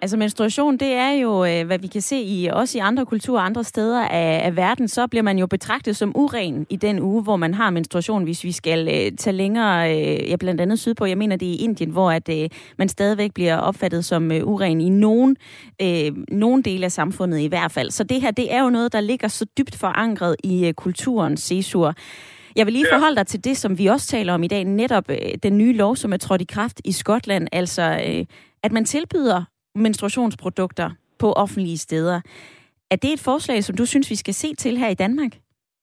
Speaker 1: Altså menstruation, det er jo, hvad vi kan se i også i andre kulturer og andre steder af, af verden, så bliver man jo betragtet som uren i den uge, hvor man har menstruation, hvis vi skal uh, tage længere, uh, ja blandt andet sydpå, jeg mener det er i Indien, hvor at, uh, man stadigvæk bliver opfattet som uh, uren i nogen, uh, nogen del af samfundet i hvert fald. Så det her, det er jo noget, der ligger så dybt forankret i uh, kulturen, Sesur. Jeg vil lige ja. forholde dig til det, som vi også taler om i dag, netop uh, den nye lov, som er trådt i kraft i Skotland, altså uh, at man tilbyder menstruationsprodukter på offentlige steder. Er det et forslag, som du synes, vi skal se til her i Danmark?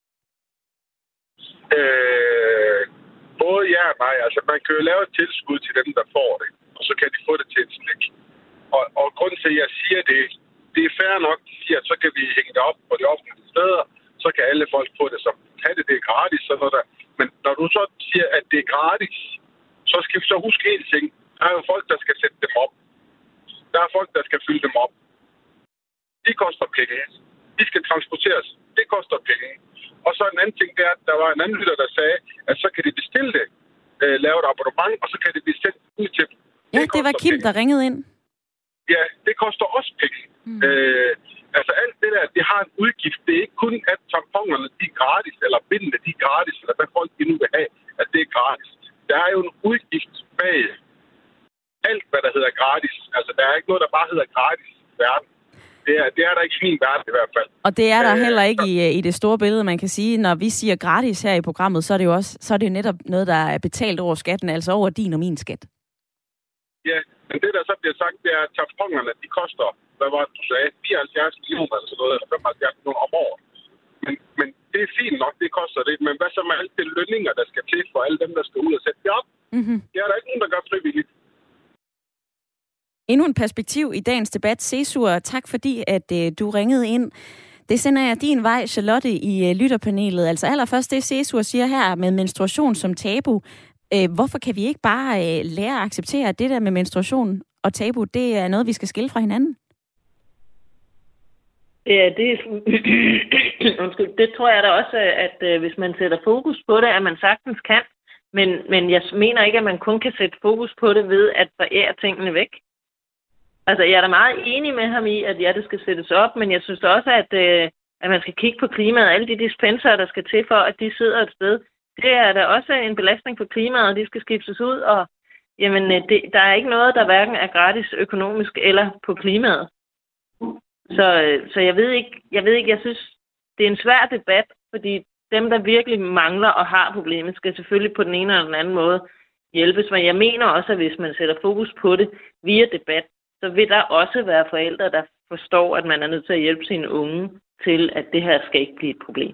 Speaker 6: Øh, både ja og nej. Altså, man kan jo lave et tilskud til dem, der får det, og så kan de få det til et slik. Og, og grunden til, at jeg siger det, det er fair nok, at sige, at så kan vi hænge det op på de offentlige steder, så kan alle folk få det som kan det, det er gratis. Sådan noget der. Men når du så siger, at det er gratis, så skal vi så huske en ting. Der er jo folk, der skal sætte dem op. Der er folk, der skal fylde dem op. De koster penge. De skal transporteres. Det koster penge. Og så en anden ting, det er, at der var en anden lytter, der sagde, at så kan de bestille det, øh, lave et abonnement, og så kan det blive sendt ud til dem.
Speaker 1: Ja, det, det var Kim, penge. Der ringede ind.
Speaker 6: Ja, det koster også penge. Mm. Øh, altså alt det der, det har en udgift. Det er ikke kun, at tamponerne, de er gratis, eller bindene, de er gratis, eller hvad folk de nu vil have, at det er gratis. Der er jo en udgift bag alt, hvad der hedder gratis. Altså, der er ikke noget, der bare hedder gratis i verden. Det er, det er der ikke i min verden i hvert fald.
Speaker 1: Og det er der øh, heller ikke i, i det store billede, man kan sige. Når vi siger gratis her i programmet, så er det jo også så er det jo netop noget, der er betalt over skatten, altså over din og min skat.
Speaker 6: Ja, men det, der så bliver sagt, det er, at tamponerne, de koster, hvad var det, du sagde, fireoghalvfjerds millioner eller sådan noget, eller femoghalvfjerds millioner om året. Men, men det er fint nok, det koster det. Men hvad så med alle de lønninger, der skal til for alle dem, der skal ud og sætte det op? Mm-hmm. Det er der ikke nogen, der gør frivilligt.
Speaker 1: Endnu en perspektiv i dagens debat. Sesur, tak fordi, at øh, du ringede ind. Det sender jeg din vej, Charlotte, i øh, lytterpanelet. Altså allerførst det, Sesur siger her med menstruation som tabu. Øh, hvorfor kan vi ikke bare øh, lære at acceptere, at det der med menstruation og tabu, det er noget, vi skal skille fra hinanden?
Speaker 2: Ja, det, undskyld, det tror jeg da også, at øh, hvis man sætter fokus på det, at man sagtens kan. Men, men jeg mener ikke, at man kun kan sætte fokus på det ved at forære tingene væk. Altså, jeg er da meget enig med ham i, at ja, det skal sættes op, men jeg synes også, at, øh, at man skal kigge på klimaet. Alle de dispenser, der skal til for, at de sidder et sted, det er da også en belastning for klimaet, og de skal skiftes ud. Og jamen, det, der er ikke noget, der hverken er gratis økonomisk eller på klimaet. Så, så jeg ved ikke, jeg ved ikke, jeg synes, det er en svær debat, fordi dem, der virkelig mangler og har problemet, skal selvfølgelig på den ene eller den anden måde hjælpes. Men jeg mener også, at hvis man sætter fokus på det via debat, så vil der også være forældre, der forstår, at man er nødt til at hjælpe sine unge til, at det her skal ikke blive et problem.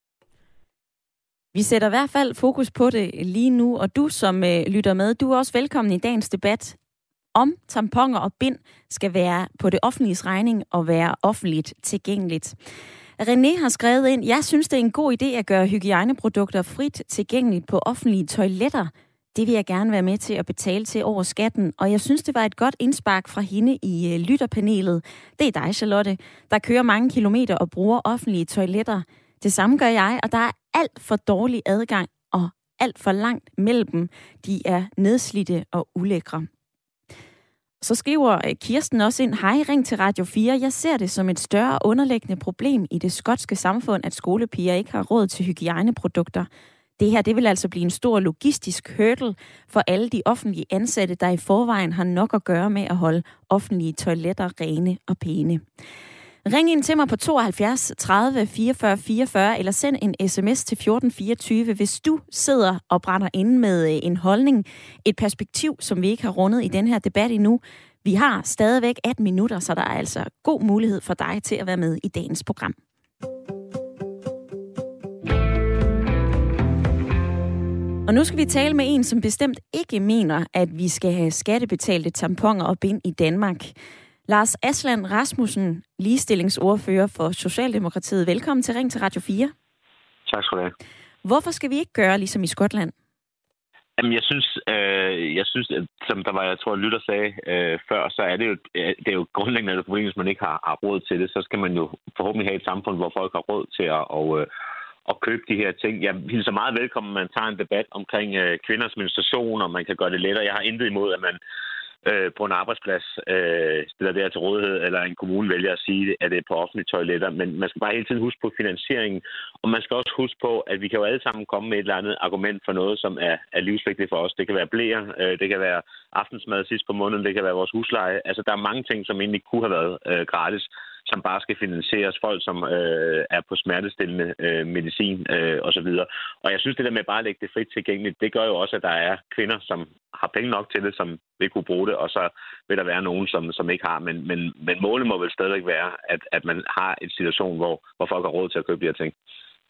Speaker 1: Vi sætter i hvert fald fokus på det lige nu, og du som øh, lytter med, du er også velkommen i dagens debat om tamponer og bind skal være på det offentliges regning og være offentligt tilgængeligt. René har skrevet ind, jeg synes, det er en god idé at gøre hygiejneprodukter frit tilgængeligt på offentlige toiletter. Det vil jeg gerne være med til at betale til over skatten, og jeg synes, det var et godt indspark fra hende i uh, lytterpanelet. Det er dig, Charlotte, der kører mange kilometer og bruger offentlige toiletter. Det samme gør jeg, og der er alt for dårlig adgang og alt for langt mellem dem. De er nedslidte og ulækre. Så skriver Kirsten også ind, hej, ring til Radio fire. Jeg ser det som et større underliggende problem i det skotske samfund, at skolepiger ikke har råd til hygiejneprodukter. Det her, det vil altså blive en stor logistisk hurdle for alle de offentlige ansatte, der i forvejen har nok at gøre med at holde offentlige toiletter rene og pæne. Ring ind til mig på tooghalvfjerds tredive fireogfyrre fireogfyrre, eller send en sms til fjorten fireogtyve, hvis du sidder og brænder inde med en holdning, et perspektiv, som vi ikke har rundet i den her debat endnu. Vi har stadigvæk atten minutter, så der er altså god mulighed for dig til at være med i dagens program. Og nu skal vi tale med en, som bestemt ikke mener, at vi skal have skattebetalte tamponer og bind i Danmark. Lars Aslan Rasmussen, ligestillingsordfører for Socialdemokratiet. Velkommen til Ring til Radio fire.
Speaker 7: Tak skal du have.
Speaker 1: Hvorfor skal vi ikke gøre ligesom i Skotland?
Speaker 7: Jamen, jeg synes, øh, jeg synes at, som der var, jeg tror, Lytter sagde øh, før, så er det jo, det er jo grundlæggende et problem, hvis man ikke har, har råd til det. Så skal man jo forhåbentlig have et samfund, hvor folk har råd til at og, øh, at købe de her ting. Jeg hilser meget velkommen, at man tager en debat omkring øh, kvinders menstruation, og man kan gøre det lettere. Jeg har intet imod, at man øh, på en arbejdsplads øh, stiller det her til rådighed, eller en kommune vælger at sige, at det er på offentlige toiletter. Men man skal bare hele tiden huske på finansieringen, og man skal også huske på, at vi kan jo alle sammen komme med et eller andet argument for noget, som er, er livsvigtigt for os. Det kan være bleer, øh, det kan være aftensmad sidst på måneden, det kan være vores husleje. Altså, der er mange ting, som egentlig kunne have været øh, gratis, som bare skal finansieres. Folk, som øh, er på smertestillende øh, medicin øh, osv. Og jeg synes, det der med bare at lægge det frit tilgængeligt, det gør jo også, at der er kvinder, som har penge nok til det, som vil kunne bruge det, og så vil der være nogen, som, som ikke har. Men, men, men målet må vel stadigvæk være, at, at man har en situation, hvor, hvor folk har råd til at købe de her ting.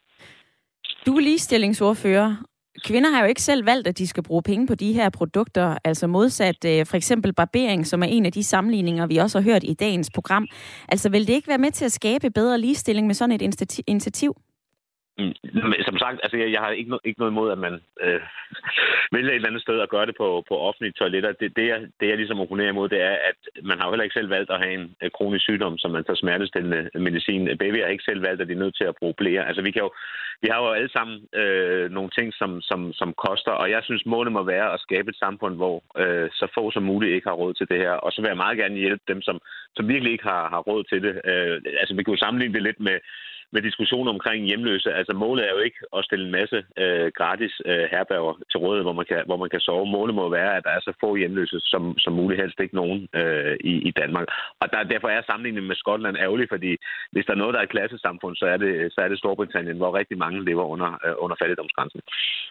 Speaker 1: Du er ligestillingsordfører. Kvinder har jo ikke selv valgt, at de skal bruge penge på de her produkter, altså modsat øh, for eksempel barbering, som er en af de sammenligninger, vi også har hørt i dagens program. Altså vil det ikke være med til at skabe bedre ligestilling med sådan et initiativ?
Speaker 7: Som sagt, altså jeg, jeg har ikke, no, ikke noget imod, at man øh, vælger et eller andet sted at gøre det på, på offentlige toiletter. Det, det, jeg, det, jeg ligesom opponerer imod, det er, at man har jo heller ikke selv valgt at have en øh, kronisk sygdom, som man tager smertestillende medicin. Babyer har ikke selv valgt, at de er nødt til at bruge bleer. Altså vi, kan jo, vi har jo alle sammen øh, nogle ting, som, som, som koster, og jeg synes, målet må være at skabe et samfund, hvor øh, så få som muligt ikke har råd til det her. Og så vil jeg meget gerne hjælpe dem, som, som virkelig ikke har, har råd til det. Øh, altså vi kan jo sammenligne det lidt med med diskussioner omkring hjemløse. Altså målet er jo ikke at stille en masse øh, gratis øh, herberger til rådighed, hvor man kan, hvor man kan sove. Målet må være, at der er så få hjemløse som, som muligt, helst ikke nogen øh, i, i Danmark. Og der, derfor er sammenligningen med Skotland ærgerlig, fordi hvis der er noget, der er et klassesamfund, så er det, så er det Storbritannien, hvor rigtig mange lever under, øh, under fattigdomsgrænsen.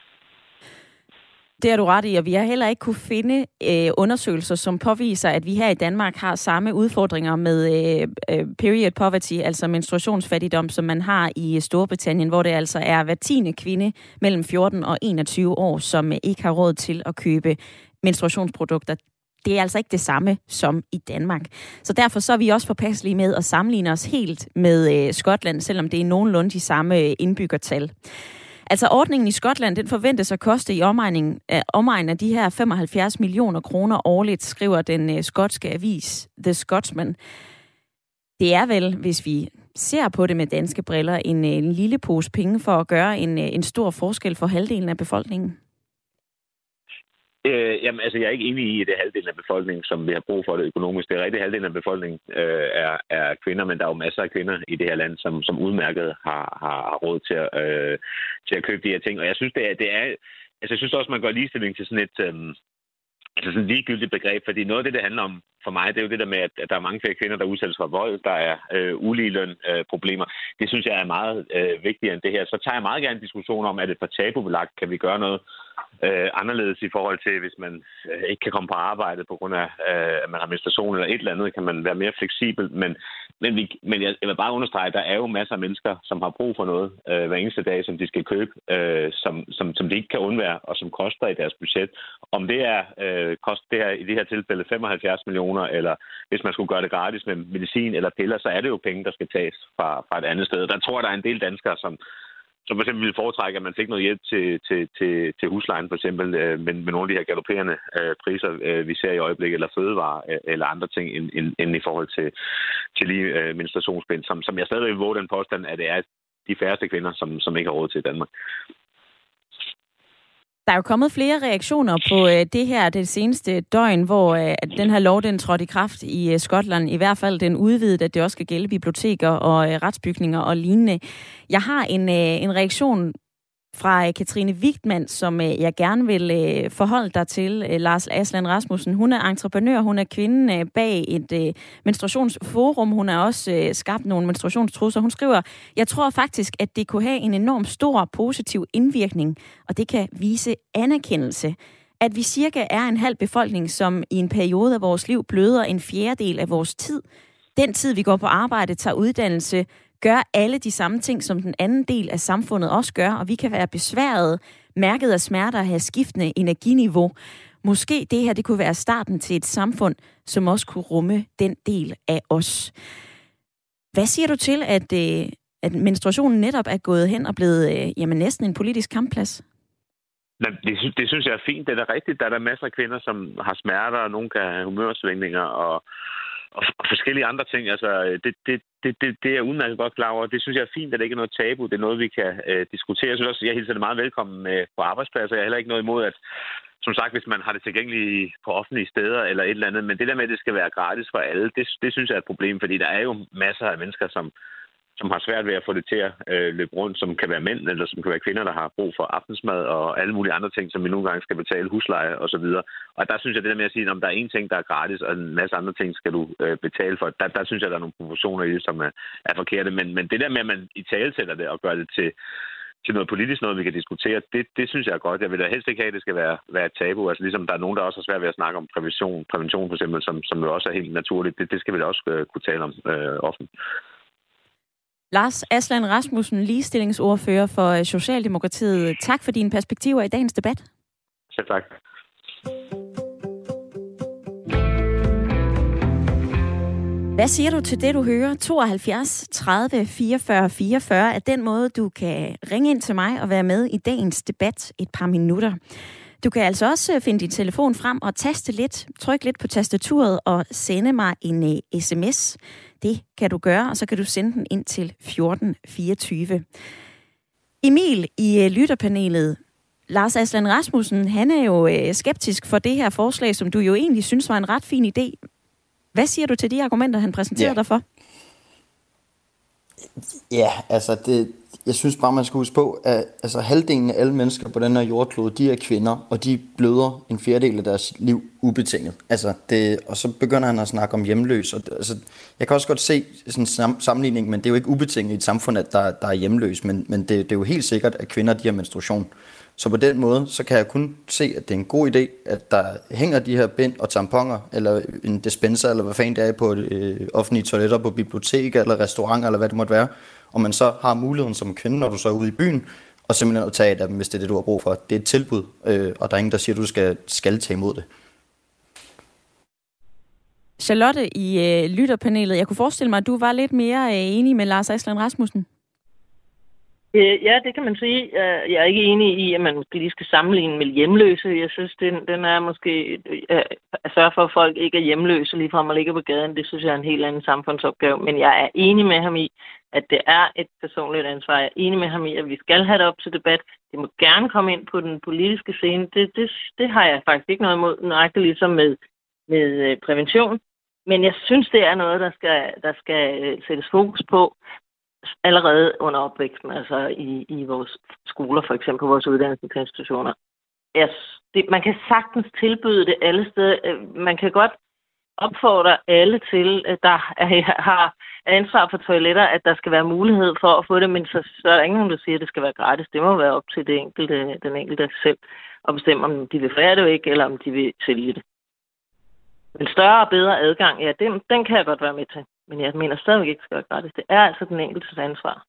Speaker 1: Det har du ret i, og vi har heller ikke kunne finde øh, undersøgelser, som påviser, at vi her i Danmark har samme udfordringer med øh, period poverty, altså menstruationsfattigdom, som man har i Storbritannien, hvor det altså er hver tiende kvinde mellem fjorten og enogtyve år, som ikke har råd til at købe menstruationsprodukter. Det er altså ikke det samme som i Danmark. Så derfor så er vi også påpasselige med at sammenligne os helt med øh, Skotland, selvom det er nogenlunde de samme indbyggertal. Altså ordningen i Skotland, den forventes at koste i omegnen, øh, omegnen af de her femoghalvfjerds millioner kroner årligt, skriver den øh, skotske avis The Scotsman. Det er vel, hvis vi ser på det med danske briller, en, en lille pose penge for at gøre en, en stor forskel for halvdelen af befolkningen.
Speaker 7: Øh, jamen, altså, jeg er ikke enig i, at det er halvdelen af befolkningen, som vi har brug for det økonomisk. Det er rigtig halvdelen af befolkningen øh, er, er kvinder, men der er jo masser af kvinder i det her land, som, som udmærket har, har, har råd til at, øh, til at købe de her ting. Og jeg synes, det er, det er altså, jeg synes også, man gør ligestilling til sådan et øh, altså sådan et ligegyldigt begreb, fordi noget af det, det handler om for mig, det er jo det der med, at der er mange flere kvinder, der udsættes for vold, der er øh, uligeløn øh, problemer. Det synes jeg er meget øh, vigtigere end det her. Så tager jeg meget gerne en diskussion om, at det for tabubelagt kan vi gøre noget øh, anderledes i forhold til, hvis man øh, ikke kan komme på arbejde på grund af, øh, at man har menstruation eller et eller andet, kan man være mere fleksibel. Men, men, vi, men jeg, jeg vil bare understrege, at der er jo masser af mennesker, som har brug for noget øh, hver eneste dag, som de skal købe, øh, som, som, som de ikke kan undvære, og som koster i deres budget. Om det er øh, koster det her, i det her tilfælde femoghalvfjerds millioner, eller hvis man skulle gøre det gratis med medicin eller piller, så er det jo penge, der skal tages fra, fra et andet sted. Der tror jeg, der er en del danskere, som, som for eksempel ville foretrække, at man fik noget hjælp til, til, til, til huslejen, for eksempel, øh, med, med nogle af de her galopperende øh, priser, øh, vi ser i øjeblikket, eller fødevarer, øh, eller andre ting, end, end, end i forhold til, til lige øh, menstruationsbind, som, som jeg stadig vil våge den påstand, at det er de færreste kvinder, som, som ikke har råd til i Danmark.
Speaker 1: Der er jo kommet flere reaktioner på øh, det her det seneste døgn, hvor øh, den her lov den trådte i kraft i øh, Skotland. I hvert fald den udvidede, at det også skal gælde biblioteker og øh, retsbygninger og lignende. Jeg har en, øh, en reaktion fra øh, Katrine Wigtmann, som øh, jeg gerne vil øh, forholde dig til. Øh, Lars Aslan Rasmussen, hun er entreprenør, hun er kvinden øh, bag et øh, menstruationsforum. Hun har også øh, skabt nogle menstruationstrusser. Hun skriver, jeg tror faktisk, at det kunne have en enorm stor positiv indvirkning, og det kan vise anerkendelse. At vi cirka er en halv befolkning, som i en periode af vores liv bløder en fjerdedel af vores tid. Den tid, vi går på arbejde, tager uddannelse, gør alle de samme ting, som den anden del af samfundet også gør, og vi kan være besværet, mærket af smerter, have skiftende energiniveau. Måske det her, det kunne være starten til et samfund, som også kunne rumme den del af os. Hvad siger du til, at, at menstruationen netop er gået hen og blevet jamen, næsten en politisk kampplads?
Speaker 7: Det, synes, det synes jeg er fint. Det er da rigtigt. Der er der masser af kvinder, som har smerter, og nogle kan have humørsvingninger, og Og, og forskellige andre ting. Altså, det, det, det, det, det er udmærket godt klar over. Det synes jeg er fint, at det ikke er noget tabu. Det er noget, vi kan øh, diskutere. Jeg synes også, jeg hilser det meget velkommen med, på arbejdspladser. Jeg har heller ikke noget imod, at, som sagt, hvis man har det tilgængeligt på offentlige steder eller et eller andet. Men det der med, at det skal være gratis for alle, det, det synes jeg er et problem, fordi der er jo masser af mennesker, som, som har svært ved at få det til at øh, løbe rundt, som kan være mænd, eller som kan være kvinder, der har brug for aftensmad og alle mulige andre ting, som vi nogle gange skal betale husleje og så videre. Og der synes jeg, det der med at sige, om der er en ting, der er gratis, og en masse andre ting skal du øh, betale for, der, der synes jeg, der er nogle proportioner i det, som er, er forkerte. Men, men det der med, at man i tale sætter det og gør det til til noget politisk, noget vi kan diskutere, det, det synes jeg er godt. Jeg vil da helst ikke have, at det skal være, være et tabu. Altså ligesom der er nogen, der også har svært ved at snakke om prævention, prævention for eksempel, som, som jo også er helt naturligt. Det, det skal vi da også øh, kunne tale om øh, offentligt.
Speaker 1: Lars Aslan Rasmussen, ligestillingsordfører for Socialdemokratiet. Tak for dine perspektiver i dagens debat.
Speaker 7: Selv tak.
Speaker 1: Hvad siger du til det, du hører? tooghalvfjerds tredive fireogfyrre fireogfyrre er den måde, du kan ringe ind til mig og være med i dagens debat et par minutter. Du kan altså også finde din telefon frem og taste lidt, tryk lidt på tastaturet og sende mig en uh, sms. Det kan du gøre, og så kan du sende den ind til fjorten fireogtyve. Emil i uh, lytterpanelet, Lars Aslan Rasmussen, han er jo uh, skeptisk for det her forslag, som du jo egentlig synes var en ret fin idé. Hvad siger du til de argumenter, han præsenterer
Speaker 3: ja.
Speaker 1: dig for?
Speaker 3: Ja, altså, det, jeg synes bare, man skal huske på, at altså, halvdelen af alle mennesker på den her jordklode, de er kvinder, og de bløder en fjerdedel af deres liv ubetinget. Altså, det, og så begynder han at snakke om hjemløs. Og det, altså, jeg kan også godt se sådan en sammenligning, men det er jo ikke ubetinget i et samfund, at der, der er hjemløs. Men, men det, det er jo helt sikkert, at kvinder de har menstruation. Så på den måde, så kan jeg kun se, at det er en god idé, at der hænger de her bind og tamponer, eller en dispenser, eller hvad fanden det er på øh, offentlige toiletter, på biblioteker, eller restauranter, eller hvad det måtte være. Og man så har muligheden som kvinde, når du så er ude i byen, og simpelthen at tage af dem, hvis det er det, du har brug for. Det er et tilbud, øh, og der er ingen, der siger, at du skal, skal tage imod det.
Speaker 1: Charlotte i øh, lytterpanelet, jeg kunne forestille mig, at du var lidt mere øh, enig med Lars Aslan Rasmussen.
Speaker 2: Ja, det kan man sige. Jeg er ikke enig i, at man måske lige skal sammenligne med hjemløse. Jeg synes, den, den er måske at sørge for, at folk ikke er hjemløse lige fra man ligger på gaden. Det synes jeg er en helt anden samfundsopgave. Men jeg er enig med ham i, at det er et personligt ansvar. Jeg er enig med ham i, at vi skal have det op til debat. Det må gerne komme ind på den politiske scene. Det, det, det har jeg faktisk ikke noget imod, nøjagtigt ligesom med, med prævention. Men jeg synes, det er noget, der skal, der skal sættes fokus på allerede under opvæksten, altså i, i vores skoler, for eksempel på vores uddannelsesinstitutioner. Yes, det, man kan sagtens tilbyde det alle steder. Man kan godt opfordre alle til, at der er, har ansvar for toiletter, at der skal være mulighed for at få det, men så, så er der ingen, der siger, at det skal være gratis. Det må være op til det enkelte, den enkelte selv at bestemme, om de vil forære det ikke, eller om de vil sælge det. Men større og bedre adgang, ja, den, den kan jeg godt være med til. Men jeg mener stadigvæk ikke, skal være gratis. Det er altså den enkeltes ansvar.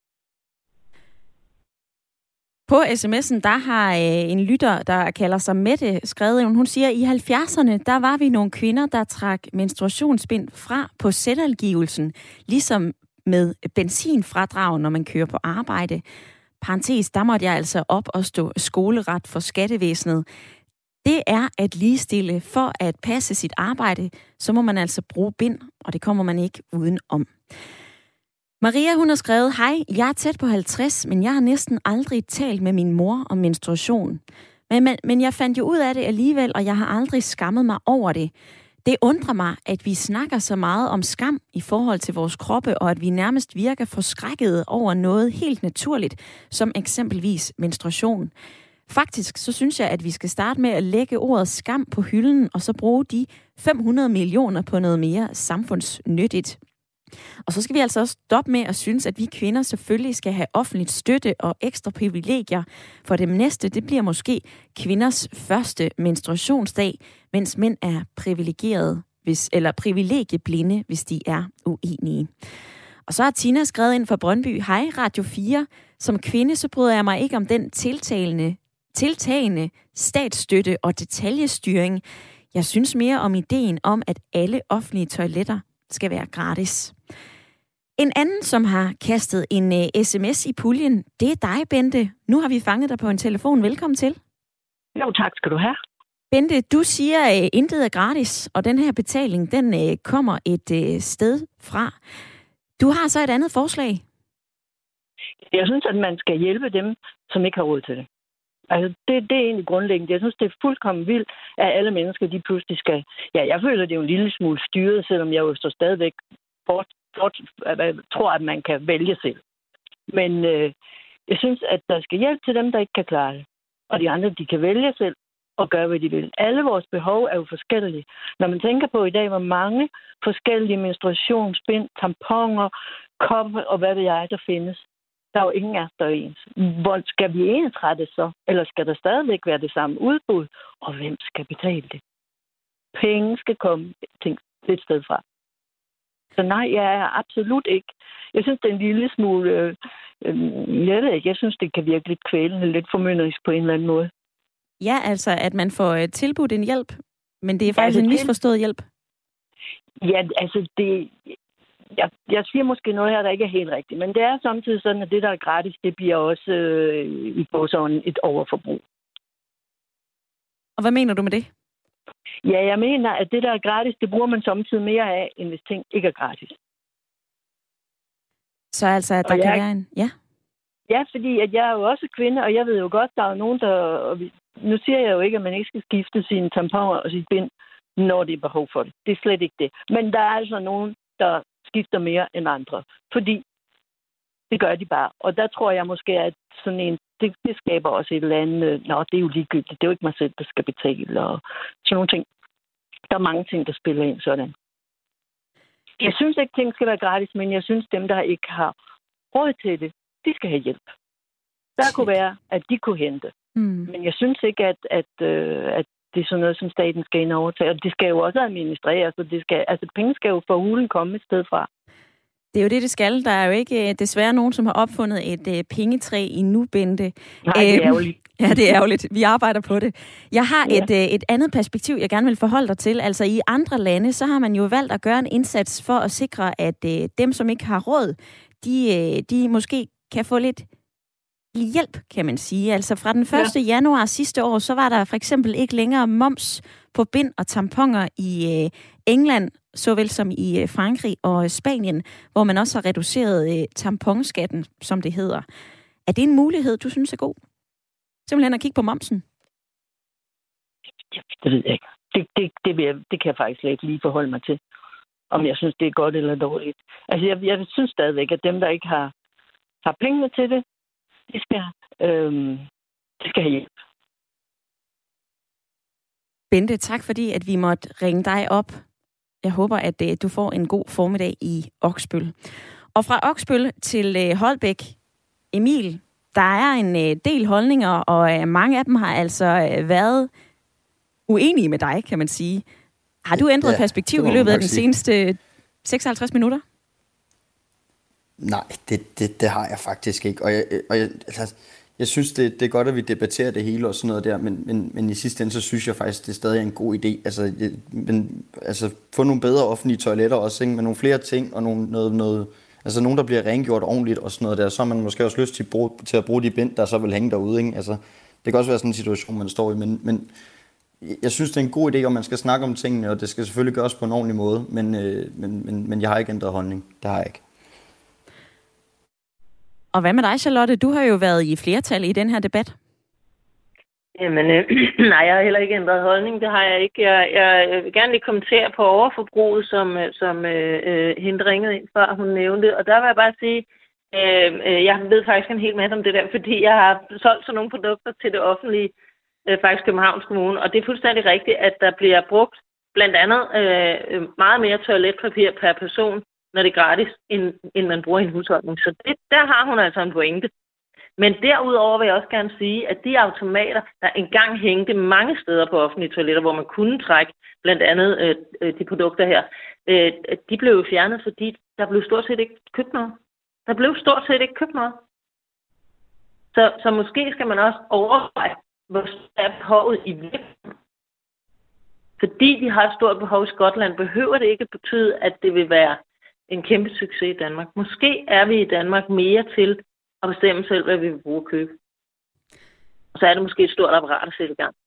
Speaker 1: På sms'en, der har øh, en lytter, der kalder sig Mette, skrevet, hun siger, i halvfjerdserne, der var vi nogle kvinder, der trak menstruationsbind fra på selvangivelsen, ligesom med benzinfradrag, når man kører på arbejde. Parentes, der måtte jeg altså op og stå skoleret for skattevæsenet. Det er at ligestille. For at passe sit arbejde, så må man altså bruge bind, og det kommer man ikke uden om. Maria, hun har skrevet, hej, jeg er tæt på halvtreds, men jeg har næsten aldrig talt med min mor om menstruation. Men, men, men jeg fandt jo ud af det alligevel, og jeg har aldrig skammet mig over det. Det undrer mig, at vi snakker så meget om skam i forhold til vores kroppe, og at vi nærmest virker forskrækkede over noget helt naturligt, som eksempelvis menstruation. Faktisk så synes jeg, at vi skal starte med at lægge ordet skam på hylden, og så bruge de fem hundrede millioner på noget mere samfundsnyttigt. Og så skal vi altså også stoppe med at synes, at vi kvinder selvfølgelig skal have offentligt støtte og ekstra privilegier. For det næste, det bliver måske kvinders første menstruationsdag, mens mænd er privilegerede, hvis, eller privilegieblinde, hvis de er uenige. Og så har Tina skrevet ind fra Brøndby, hej Radio fire, som kvinde så bryder jeg mig ikke om den tiltalende tiltagende statsstøtte og detaljestyring. Jeg synes mere om ideen om, at alle offentlige toiletter skal være gratis. En anden, som har kastet en uh, sms i puljen, det er dig, Bente. Nu har vi fanget dig på en telefon. Velkommen til.
Speaker 8: Jo, tak skal du have.
Speaker 1: Bente, du siger, at uh, intet er gratis, og den her betaling, den uh, kommer et uh, sted fra. Du har så et andet forslag.
Speaker 8: Jeg synes, at man skal hjælpe dem, som ikke har råd til det. Altså, det, det er egentlig grundlæggende. Jeg synes, det er fuldkommen vildt, at alle mennesker, de pludselig skal... Ja, jeg føler, det er jo en lille smule styret, selvom jeg jo så stadigvæk fort, fort, tror, at man kan vælge selv. Men øh, jeg synes, at der skal hjælp til dem, der ikke kan klare det. Og de andre, de kan vælge selv og gøre, hvad de vil. Alle vores behov er jo forskellige. Når man tænker på i dag, hvor mange forskellige menstruationsbind, tamponer, kopper og hvad ved jeg, der findes. Der er jo ingen af der er ens. Hvor skal vi ensrette så? Eller skal der stadigvæk være det samme udbud? Og hvem skal betale det? Penge skal komme et sted fra. Så nej, jeg er absolut ikke. Jeg synes, det er en lille smule... Øh, øh, jeg ved ikke, jeg synes, det kan virke lidt kvælende, lidt formynderisk på en eller anden måde.
Speaker 1: Ja, altså, at man får øh, tilbudt en hjælp, men det er faktisk
Speaker 8: altså,
Speaker 1: en misforstået hjælp.
Speaker 8: Ja, altså, det... Jeg, jeg siger måske noget her, der ikke er helt rigtigt, men det er samtidig sådan, at det, der er gratis, det bliver også øh, i gåseøjne et overforbrug.
Speaker 1: Og hvad mener du med det?
Speaker 8: Ja, jeg mener, at det, der er gratis, det bruger man samtidig mere af, end hvis ting ikke er gratis.
Speaker 1: Så altså, at der
Speaker 8: og
Speaker 1: kan
Speaker 8: jeg,
Speaker 1: være en... Ja,
Speaker 8: ja, fordi at jeg er jo også kvinde, og jeg ved jo godt, der er nogen, der... Og vi, nu siger jeg jo ikke, at man ikke skal skifte sine tamponer og sit bind, når det er behov for det. Det er slet ikke det. Men der er altså nogen, der skifter mere end andre. Fordi det gør de bare. Og der tror jeg måske, at sådan en, det, det skaber også et eller andet, nå, det er jo ligegyldigt, det er jo ikke mig selv, der skal betale, og sådan nogle ting. Der er mange ting, der spiller ind sådan. Jeg synes ikke, ting skal være gratis, men jeg synes, dem, der ikke har råd til det, de skal have hjælp. Der kunne være, at de kunne hente. Mm. Men jeg synes ikke, at, at, øh, at det er sådan noget, som staten skal ind og overtage. Og det skal jo også administreres, så det skal, altså penge skal jo for hulen komme et sted fra.
Speaker 1: Det er jo det, det skal. Der er jo ikke desværre nogen, som har opfundet et uh, pengetræ i nu, Bente.
Speaker 8: Nej, det er ærgerligt.
Speaker 1: Ja, det er ærgerligt. Vi arbejder på det. Jeg har ja. et, uh, et andet perspektiv, jeg gerne vil forholde dig til. Altså i andre lande, så har man jo valgt at gøre en indsats for at sikre, at uh, dem, som ikke har råd, de, uh, de måske kan få lidt hjælp, kan man sige. Altså fra den første ja. januar sidste år, så var der for eksempel ikke længere moms på bind og tamponer i uh, England, såvel som i Frankrig og Spanien, hvor man også har reduceret øh, tamponskatten, som det hedder. Er det en mulighed, du synes er god? Simpelthen at kigge på momsen?
Speaker 8: Det ved jeg ikke. Det, det, det, vil jeg, det kan jeg faktisk slet ikke lige forholde mig til, om jeg synes, det er godt eller dårligt. Altså, jeg, jeg synes stadigvæk, at dem, der ikke har, har pengene til det, de skal, øh, de skal have hjælp.
Speaker 1: Bente, tak fordi, at vi måtte ringe dig op. Jeg håber, at uh, du får en god formiddag i Oksbøl. Og fra Oksbøl til uh, Holbæk, Emil, der er en uh, del holdninger, og uh, mange af dem har altså uh, været uenige med dig, kan man sige. Har du ændret ja, perspektiv i løbet af den sige. seneste seksoghalvtreds minutter?
Speaker 3: Nej, det, det, det har jeg faktisk ikke. Og jeg, og jeg, altså, jeg synes, det, det er godt, at vi debatterer det hele og sådan noget der, men, men, men i sidste ende, så synes jeg faktisk, det er stadig en god idé. Altså, jeg, men, altså få nogle bedre offentlige toiletter også, ikke? Med nogle flere ting og nogle, noget, noget, altså nogen, der bliver rengjort ordentligt og sådan noget der. Så har man måske også lyst til, brug, til at bruge de bind, der så vil hænge derude, ikke? Altså, det kan også være sådan en situation, man står i, men, men jeg synes, det er en god idé, og man skal snakke om tingene, og det skal selvfølgelig gøres på en ordentlig måde, men, øh, men, men, men jeg har ikke ændret holdning. Det har jeg ikke.
Speaker 1: Og hvad med dig, Charlotte? Du har jo været i flertal i den her debat.
Speaker 2: Jamen, øh, nej, jeg har heller ikke ændret holdning. Det har jeg ikke. Jeg, jeg vil gerne lige kommentere på overforbruget, som, som øh, hende ringede ind før, hun nævnte. Og der vil jeg bare sige, øh, jeg ved faktisk en hel masse om det der, fordi jeg har solgt sådan nogle produkter til det offentlige, øh, faktisk Københavns Kommune. Og det er fuldstændig rigtigt, at der bliver brugt blandt andet øh, meget mere toiletpapir per person, når det er gratis, end, end man bruger i en husholdning. Så det, der har hun altså en pointe. Men derudover vil jeg også gerne sige, at de automater, der engang hængte mange steder på offentlige toiletter, hvor man kunne trække blandt andet øh, de produkter her, øh, de blev jo fjernet, fordi der blev stort set ikke købt noget. Der blev stort set ikke købt noget. Så, så måske skal man også overveje, hvor stort er behovet i virkeligheden. Fordi de har et stort behov i Skotland, behøver det ikke betyde, at det vil være en kæmpe succes i Danmark. Måske er vi i Danmark mere til at bestemme selv, hvad vi vil bruge at købe. Og så er det måske et stort apparat at sætte i gang.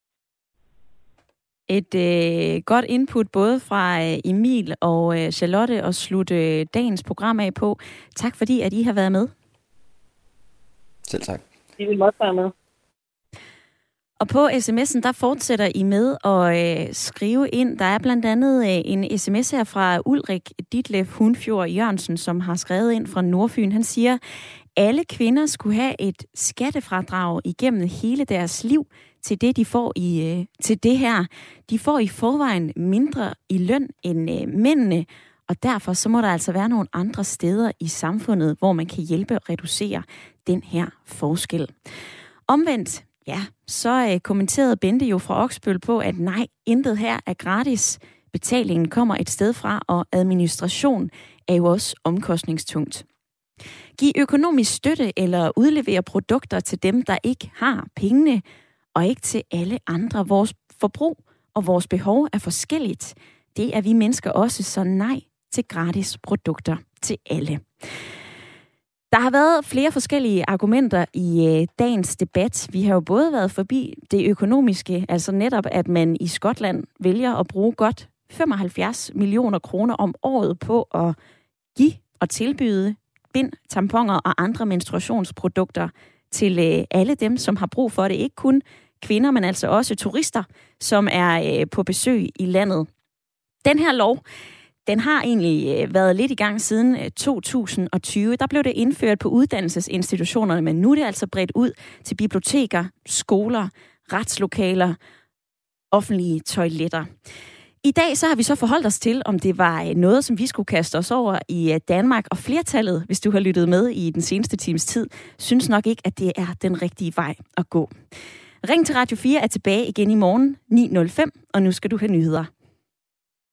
Speaker 1: Et øh, godt input både fra øh, Emil og øh, Charlotte at slutte øh, dagens program af på. Tak fordi, at I har været med.
Speaker 3: Selv tak.
Speaker 2: I vil måtte være med.
Speaker 1: Og på sms'en, der fortsætter I med at øh, skrive ind. Der er blandt andet øh, en sms her fra Ulrik Ditlev Hundfjord Jørgensen, som har skrevet ind fra Nordfyn. Han siger, alle kvinder skulle have et skattefradrag igennem hele deres liv til det, de får i øh, til det her. De får i forvejen mindre i løn end øh, mændene, og derfor så må der altså være nogle andre steder i samfundet, hvor man kan hjælpe at reducere den her forskel. Omvendt, ja, så øh, kommenterede Bente jo fra Oksbøl på, at nej, intet her er gratis. Betalingen kommer et sted fra, og administration er jo også omkostningstungt. Giv økonomisk støtte eller udlevere produkter til dem, der ikke har pengene, og ikke til alle andre. Vores forbrug og vores behov er forskelligt. Det er vi mennesker også, så nej til gratis produkter til alle. Der har været flere forskellige argumenter i øh, dagens debat. Vi har jo både været forbi det økonomiske, altså netop, at man i Skotland vælger at bruge godt femoghalvfjerds millioner kroner om året på at give og tilbyde bind, tamponer og andre menstruationsprodukter til øh, alle dem, som har brug for det. Ikke kun kvinder, men altså også turister, som er øh, på besøg i landet. Den her lov, den har egentlig været lidt i gang siden to tusind og tyve. Der blev det indført på uddannelsesinstitutionerne, men nu er det altså bredt ud til biblioteker, skoler, retslokaler, offentlige toiletter. I dag så har vi så forholdt os til, om det var noget, som vi skulle kaste os over i Danmark, og flertallet, hvis du har lyttet med i den seneste times tid, synes nok ikke, at det er den rigtige vej at gå. Ring til Radio fire er tilbage igen i morgen ni nul fem, og nu skal du have nyheder.